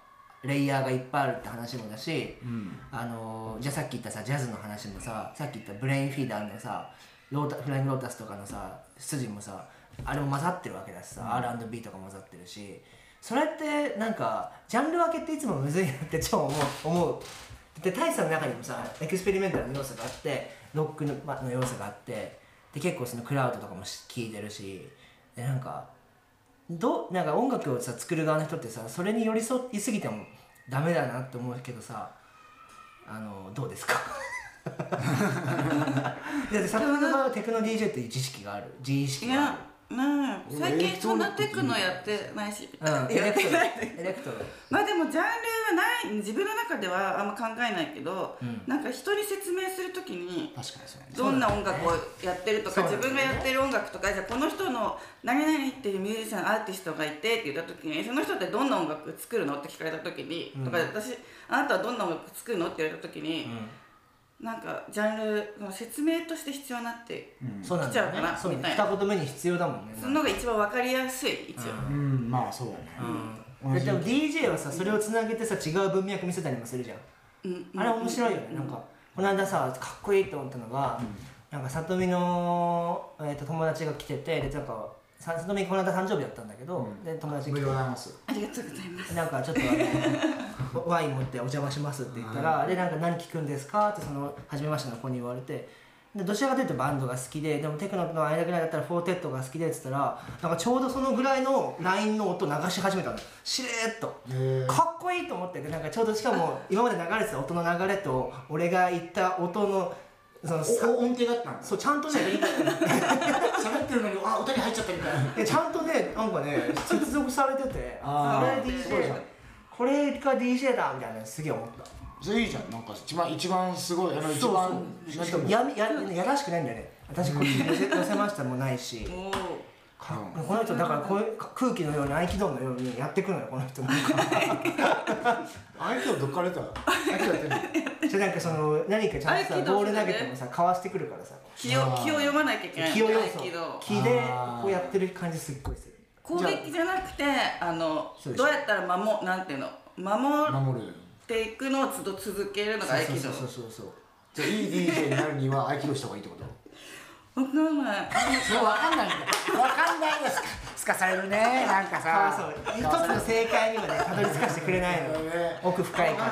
レイヤーがいっぱいあるって話もだし、うん、あのじゃあさっき言ったさジャズの話もさ、さっき言ったブレインフィーダーのさロータフライングロータスとかのさ筋もさあれも混ざってるわけだしさ、うん、アールアンドビー とか混ざってるし、それってなんかジャンル分けっていつもむずいなって超思う思うで、大差の中にもさエクスペリメンタルの要素があってロック の, の要素があってで結構そのクラウドとかも聴いてるしで、なんかどなんか音楽をさ作る側の人ってさそれに寄り添いすぎてもダメだなって思うけどさ、あのどうですかだってサトルの場合はテクノ ディージェー っていう知識がある自意識がある。 なあ最近そんなテクノやってないし、 うん、エレクトロエレクトロまあでもジャンルはない自分の中ではあんま考えないけど、うん、なんか人に説明するときにどんな音楽をやってるとか、自分がやってる音楽とか、じゃあこの人の何々っていうミュージシャンアーティストがいてって言ったときに、その人ってどんな音楽作るのって聞かれたときに、うん、とか私あなたはどんな音楽作るのって言われたときに、うんなんかジャンルの説明として必要になってきちゃうかな、 みたいな。二言目に必要だもんね。 そのが一番わかりやすい一応。 うん、うん、まあそうだね。 うん、でも ディージェー はさそれをつなげてさ違う文脈見せたりもするじゃん。うん、あれ面白いよね。うん、なんかこの間さかっこいいと思ったのが、うん、なんか里見のえっ、ー、と友達が来ててでなんか。里見この間誕生日だったんだけど、うん、で友達に来てありがとうございます。 ありがとうございます。 なんかちょっとあのワイン持ってお邪魔しますって言ったら、でなんか何聞くんですかってその初めましての子に言われて、でどちらかというとバンドが好きで、でもテクノの間ぐらいだったらフォーテッドが好きでって言ったら、なんかちょうどそのぐらいのラインの音流し始めたの。しれーっとかっこいいと思って、なんかちょうどしかも今まで流れてた音の流れと俺が言った音のその音程があったんだ。 そうちゃんとね喋ってるのにあ歌に入っちゃったみたいな。 ちゃんとねなんかね接続されててこれ ディージェー これが ディージェー だみたいなすげえ思った。 それいいじゃん。なんか一番一番すごいあの一番やややらしくないんだよね。私こっちに寄せ寄せましたもないし。この人だからこういう空気のように合気道のようにやってくるのよこの人も。 合気道どっから出た？合気道やってんの？ じゃなんかその何かちゃんとさボール投げてもさかわしてくるからさ。 気を気を読まなきゃいけない。 気を読む。気でこうやってる感じすっごいする。 攻撃じゃなくてあのどうやったら守なんていうの守っていくのをつど続けるのが合気道。 そうそうそうそう。 じゃあいい ディージェー になるには合気道した方がいいってこと？ わかんない。 それわかんないんだよ。わかんないです。すかされるね。なんかさ。 そうそう。一つの正解にはね、たどり着かせてくれないの。奥深いから。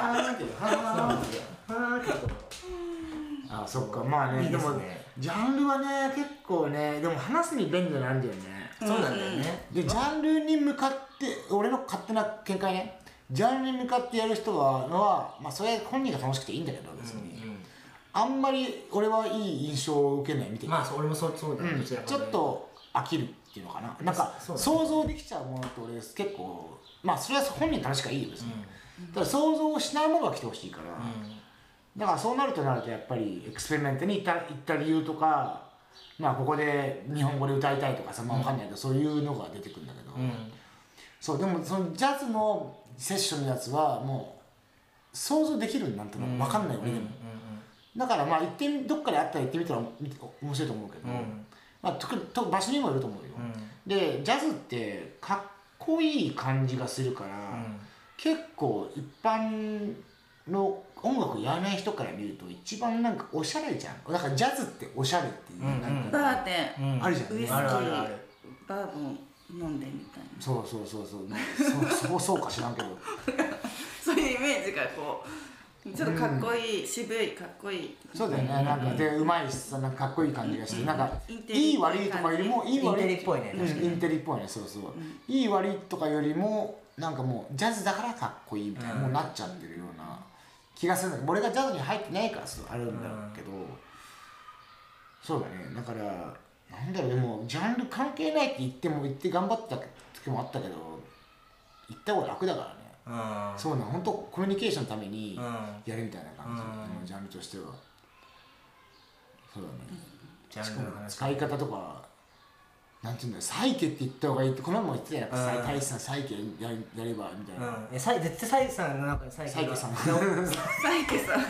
あ、そっか。まあね。でもジャンルはね、結構ね、でも話すに便利なんだよね。 そうなんだよね。 で、ジャンルに向かって、俺の勝手な見解ね。ジャンルに向かってやる人はのは、まあそれ本人が楽しくていいんだけど別に。あんまり俺はいい印象を受けない見てまあ俺もそうそうだね、 うん、ちょっと飽きるっていうのかな。なんか想像できちゃうものって俺結構まあそれは本人楽しくはいいよ別に、うん、ただ想像しないものが来てほしいから、うん、だからそうなるとなるとやっぱりエクスペリメントに行った行った理由とかまあここで日本語で歌いたいとかさまあ分かんないけど、うん、そういうのが出てくるんだけど、うん、そうでもそのジャズのセッションのやつはもう想像できるなんての分かんない俺でも、だからまあ行ってみどっかであったら行ってみたら面白いと思うけど、うん、まあとと場所にもよると思うよ、うん、でジャズってかっこいい感じがするから、うん、結構一般の音楽やらない人から見ると一番なんかおしゃれじゃん。だからジャズっておしゃれっていう、うん、なんかバーで、 うん、あるじゃん、 ウイスキーあるあるあるバーボン飲んでみたいな。 そうそうそうそうそうそうそうか知らんけどそういうイメージがこうちょっとかっこいい、うん、渋いかっこいい。 そうだよね。なんかでうまいしさなんかかっこいい感じがして、うん、なんかいい悪いとかよりもいい悪いインテリっぽいね。 うん、インテリっぽいね。そうそう。うん、いい悪いとかよりもなんかもうジャズだからかっこいいみたいな、うん、もうなっちゃってるような気がするんだけど、俺がジャズに入ってないからそうあるんだろうけど、うん、そうだね。だからなんだろうでもジャンル関係ないって言っても言って頑張った時もあったけど、言った方が楽だからね。うん、そうな本当コミュニケーションのためにやるみたいな感じ、うん、ジャンルとしてはそうだね、うん、しかも使い方とかなんていうんだよサイケって言った方がいいってこの前も言ってたよ、うん、タイさんサイケ や, やればみたいな、うん、いやサイ絶対サイさんの中でサイケサイケさんサイケさ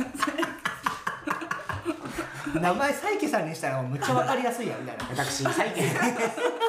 ん名前サイケさんにしたらむっちゃ分かりやすいやみたいな私サイケ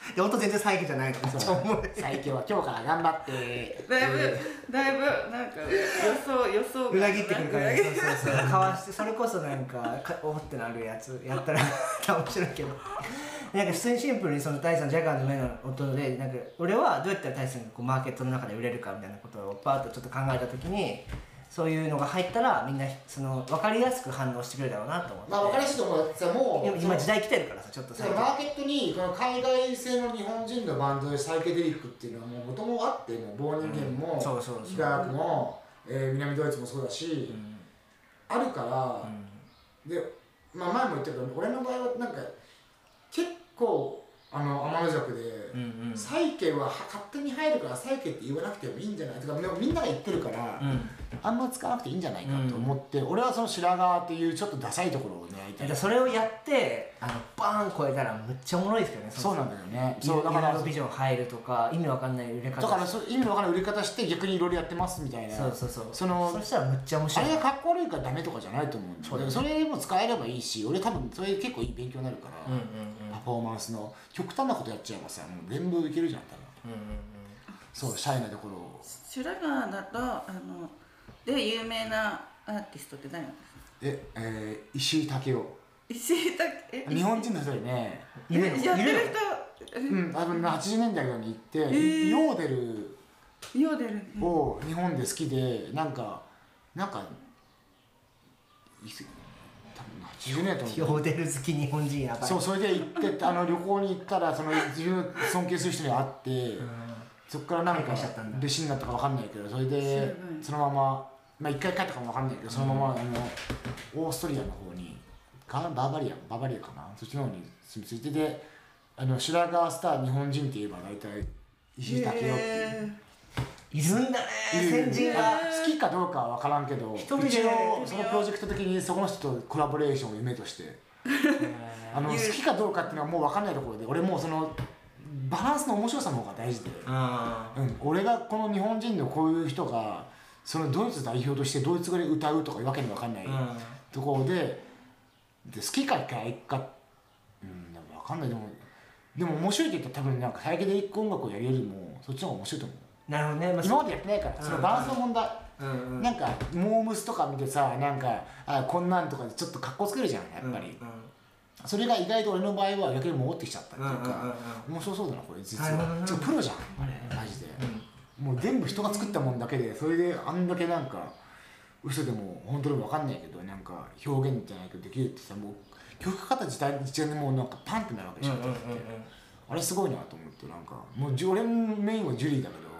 で音全然最近じゃないのめっちゃ重い最近は今日から頑張ってだいぶだいぶなんか予想予想裏切ってくるからねそうそうそうかわしてそれこそなんかかおってなるやつやったら面白いけどなんか普通にシンプルにそのタイソンジャガーの目の音でなんか俺はどうやったらタイソンがこうマーケットの中で売れるかみたいなことをパーッとちょっと考えた時にそういうのが入ったらみんなその分かりやすく反応してくれるだろうなと思って、 まあ分かりやすいと思うさもう今今時代来てるからさちょっと最近マーケットにこの海外製の日本人のバンドでサイケデリックっていうのはもう元々あってもう棒人間もそうそうそうイラクも、えー、南ドイツもそうだし、 うんあるから、 うんで、まあ、前も言ったけど俺の場合はなんか結構あの天の弱で、 うんうんサイケは勝手に入るからサイケって言わなくてもいいんじゃないとかでもみんなが言ってるから、 うんあんま使わなくていいんじゃないかと思って、うん、俺はその白髪っていうちょっとダサいところをねやりたい。 それをやってあのバーン超えたらめっちゃおもろいですけどね。 そうなんだよね。 そうだからビジョン入るとか意味わかんない売れ方だからそう意味わかんない売れ方して逆にいろいろやってますみたいな。 そうそうそうそのそしたらめっちゃ面白い。 あれがかっこ悪いからダメとかじゃないと思うんだよね。それも使えればいいし俺多分それ結構いい勉強になるから、 うんうんうん、 パフォーマンスの極端なことやっちゃえばさもう全部いけるじゃん多分、 うんうんうん、 そうシャイなところを。 シュラガーだとあので有名なアーティストって誰なんですか？ え、えー、石井武夫。 石井武え日本人の人でね。 えやってる人うんあのはちじゅうねんだいに行って、 えー、 ヨーデルヨーデルを日本で好きでなんかなんかいつ多分はちじゅうねんだと思う。 ヨーデル好き日本人やばい。 そうそれで行ってあの旅行に行ったらその自分の尊敬する人に会って、うん、そこからなんか弟子になったかわかんないけどそれでそのまままあ一回帰ったかもわかんないけどそのまま、うん、あのオーストリアの方にバーバリアンバーバリアかなそっちの方に住み着いてであのシュラガースター日本人って言えば大体石井武夫っていういるんだね先人が好きかどうかは分からんけど一応そのプロジェクト的にそこの人とコラボレーションを夢としてあの好きかどうかっていうのはもう分かんないところで俺もうそのバランスの面白さの方が大事で、うん、俺がこの日本人のこういう人がそのドイツ代表としてドイツ語で歌うとかいうわけに分かんないところで、で好きか嫌いか、うん、でも分かんないでもでも面白いって言ったら多分なんかサイケデリック音楽をやるよりもそっちの方が面白いと思う。 なるほどね、まあ、 今までやってないから、うん、そのバランスの問題、うんうん、なんかモームスとか見てさなんかあこんなんとかでちょっと格好つけるじゃんやっぱり、うんうん、それが意外と俺の場合は逆に戻ってきちゃったっていうか、うんうんうんうん、面白そうだなこれ実は、うんうん、ちょっとプロじゃんあれマジで、うん、もう全部人が作ったもんだけでそれであんだけなんか嘘でも本当に分かんないけどなんか表現じゃないけどできるってさもう曲かかった時代にもうなんかパンってなるわけでしょ、うんうんうんうん、あれすごいなと思ってなんかもう俺のメインはジュリーだけど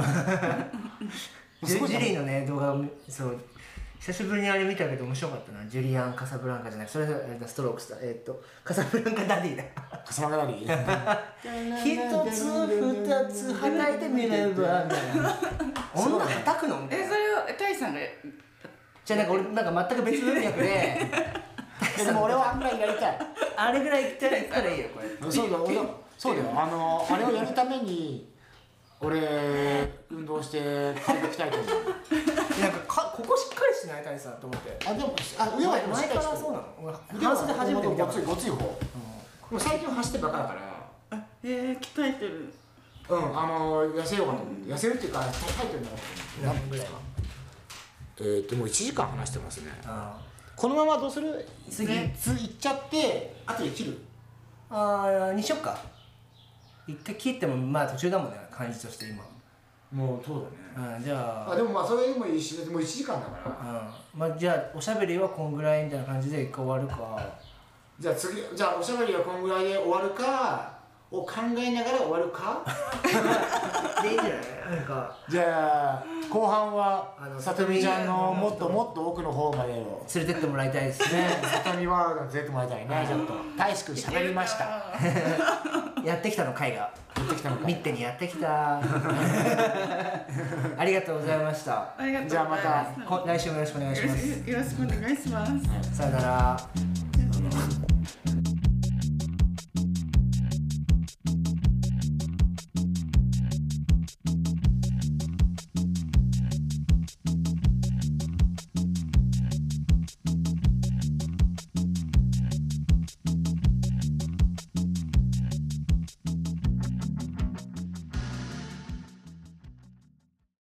ジュリーのね動画をそう久しぶりにあれ見たけど面白かったな。ジュリアン・カサブランカじゃないそれだストロークスだえー、っとカサブランカダディだカサブランカダディ一つ二つはたいてみればみたいな女はたくのみたいな。 えそれをタイさんがじゃあなんか俺なんか全く別の役ででも俺はあんぐらいやりたいあれぐらい言ったら言ったらいいよこれ。 そうだ俺そうだよあのあれをやるために俺運動して帰ってきたいと思うなんかかここしっかりしてないタイさんと思ってあでもあ上は前からそうなの半袖初めて見たごついごつい方、うん、もう最近走ってばっかだからあえー、鍛えてるうんあの痩せようかと思って、痩せるっていうかタイトルになると思って何分ぐらいはえーっともういちじかん話してますね。このままどうする次いっちゃってあとで切るああにしよっか一回切ってもまあ途中だもんね感じとして今もうそうだね、 うん、じゃああでもまあそれでもいいしもういちじかんだから、 うん、まあじゃあおしゃべりはこんぐらいみたいな感じで一回終わるかじゃあ次じゃあおしゃべりはこんぐらいで終わるかを考えながら終わるかでいいんじゃないなんかじゃあ後半はさとみちゃんのもっともっと奥の方までを連れてってもらいたいですねさとみは連れてってもらいたいねちょっと大志くんしゃべりましたやってきたの会がやってきたのかミッテにやってきたありがとうございましたありがとうございます。 じゃあまた来週もよろしくお願いしますよろしくお願いします。 さよなら。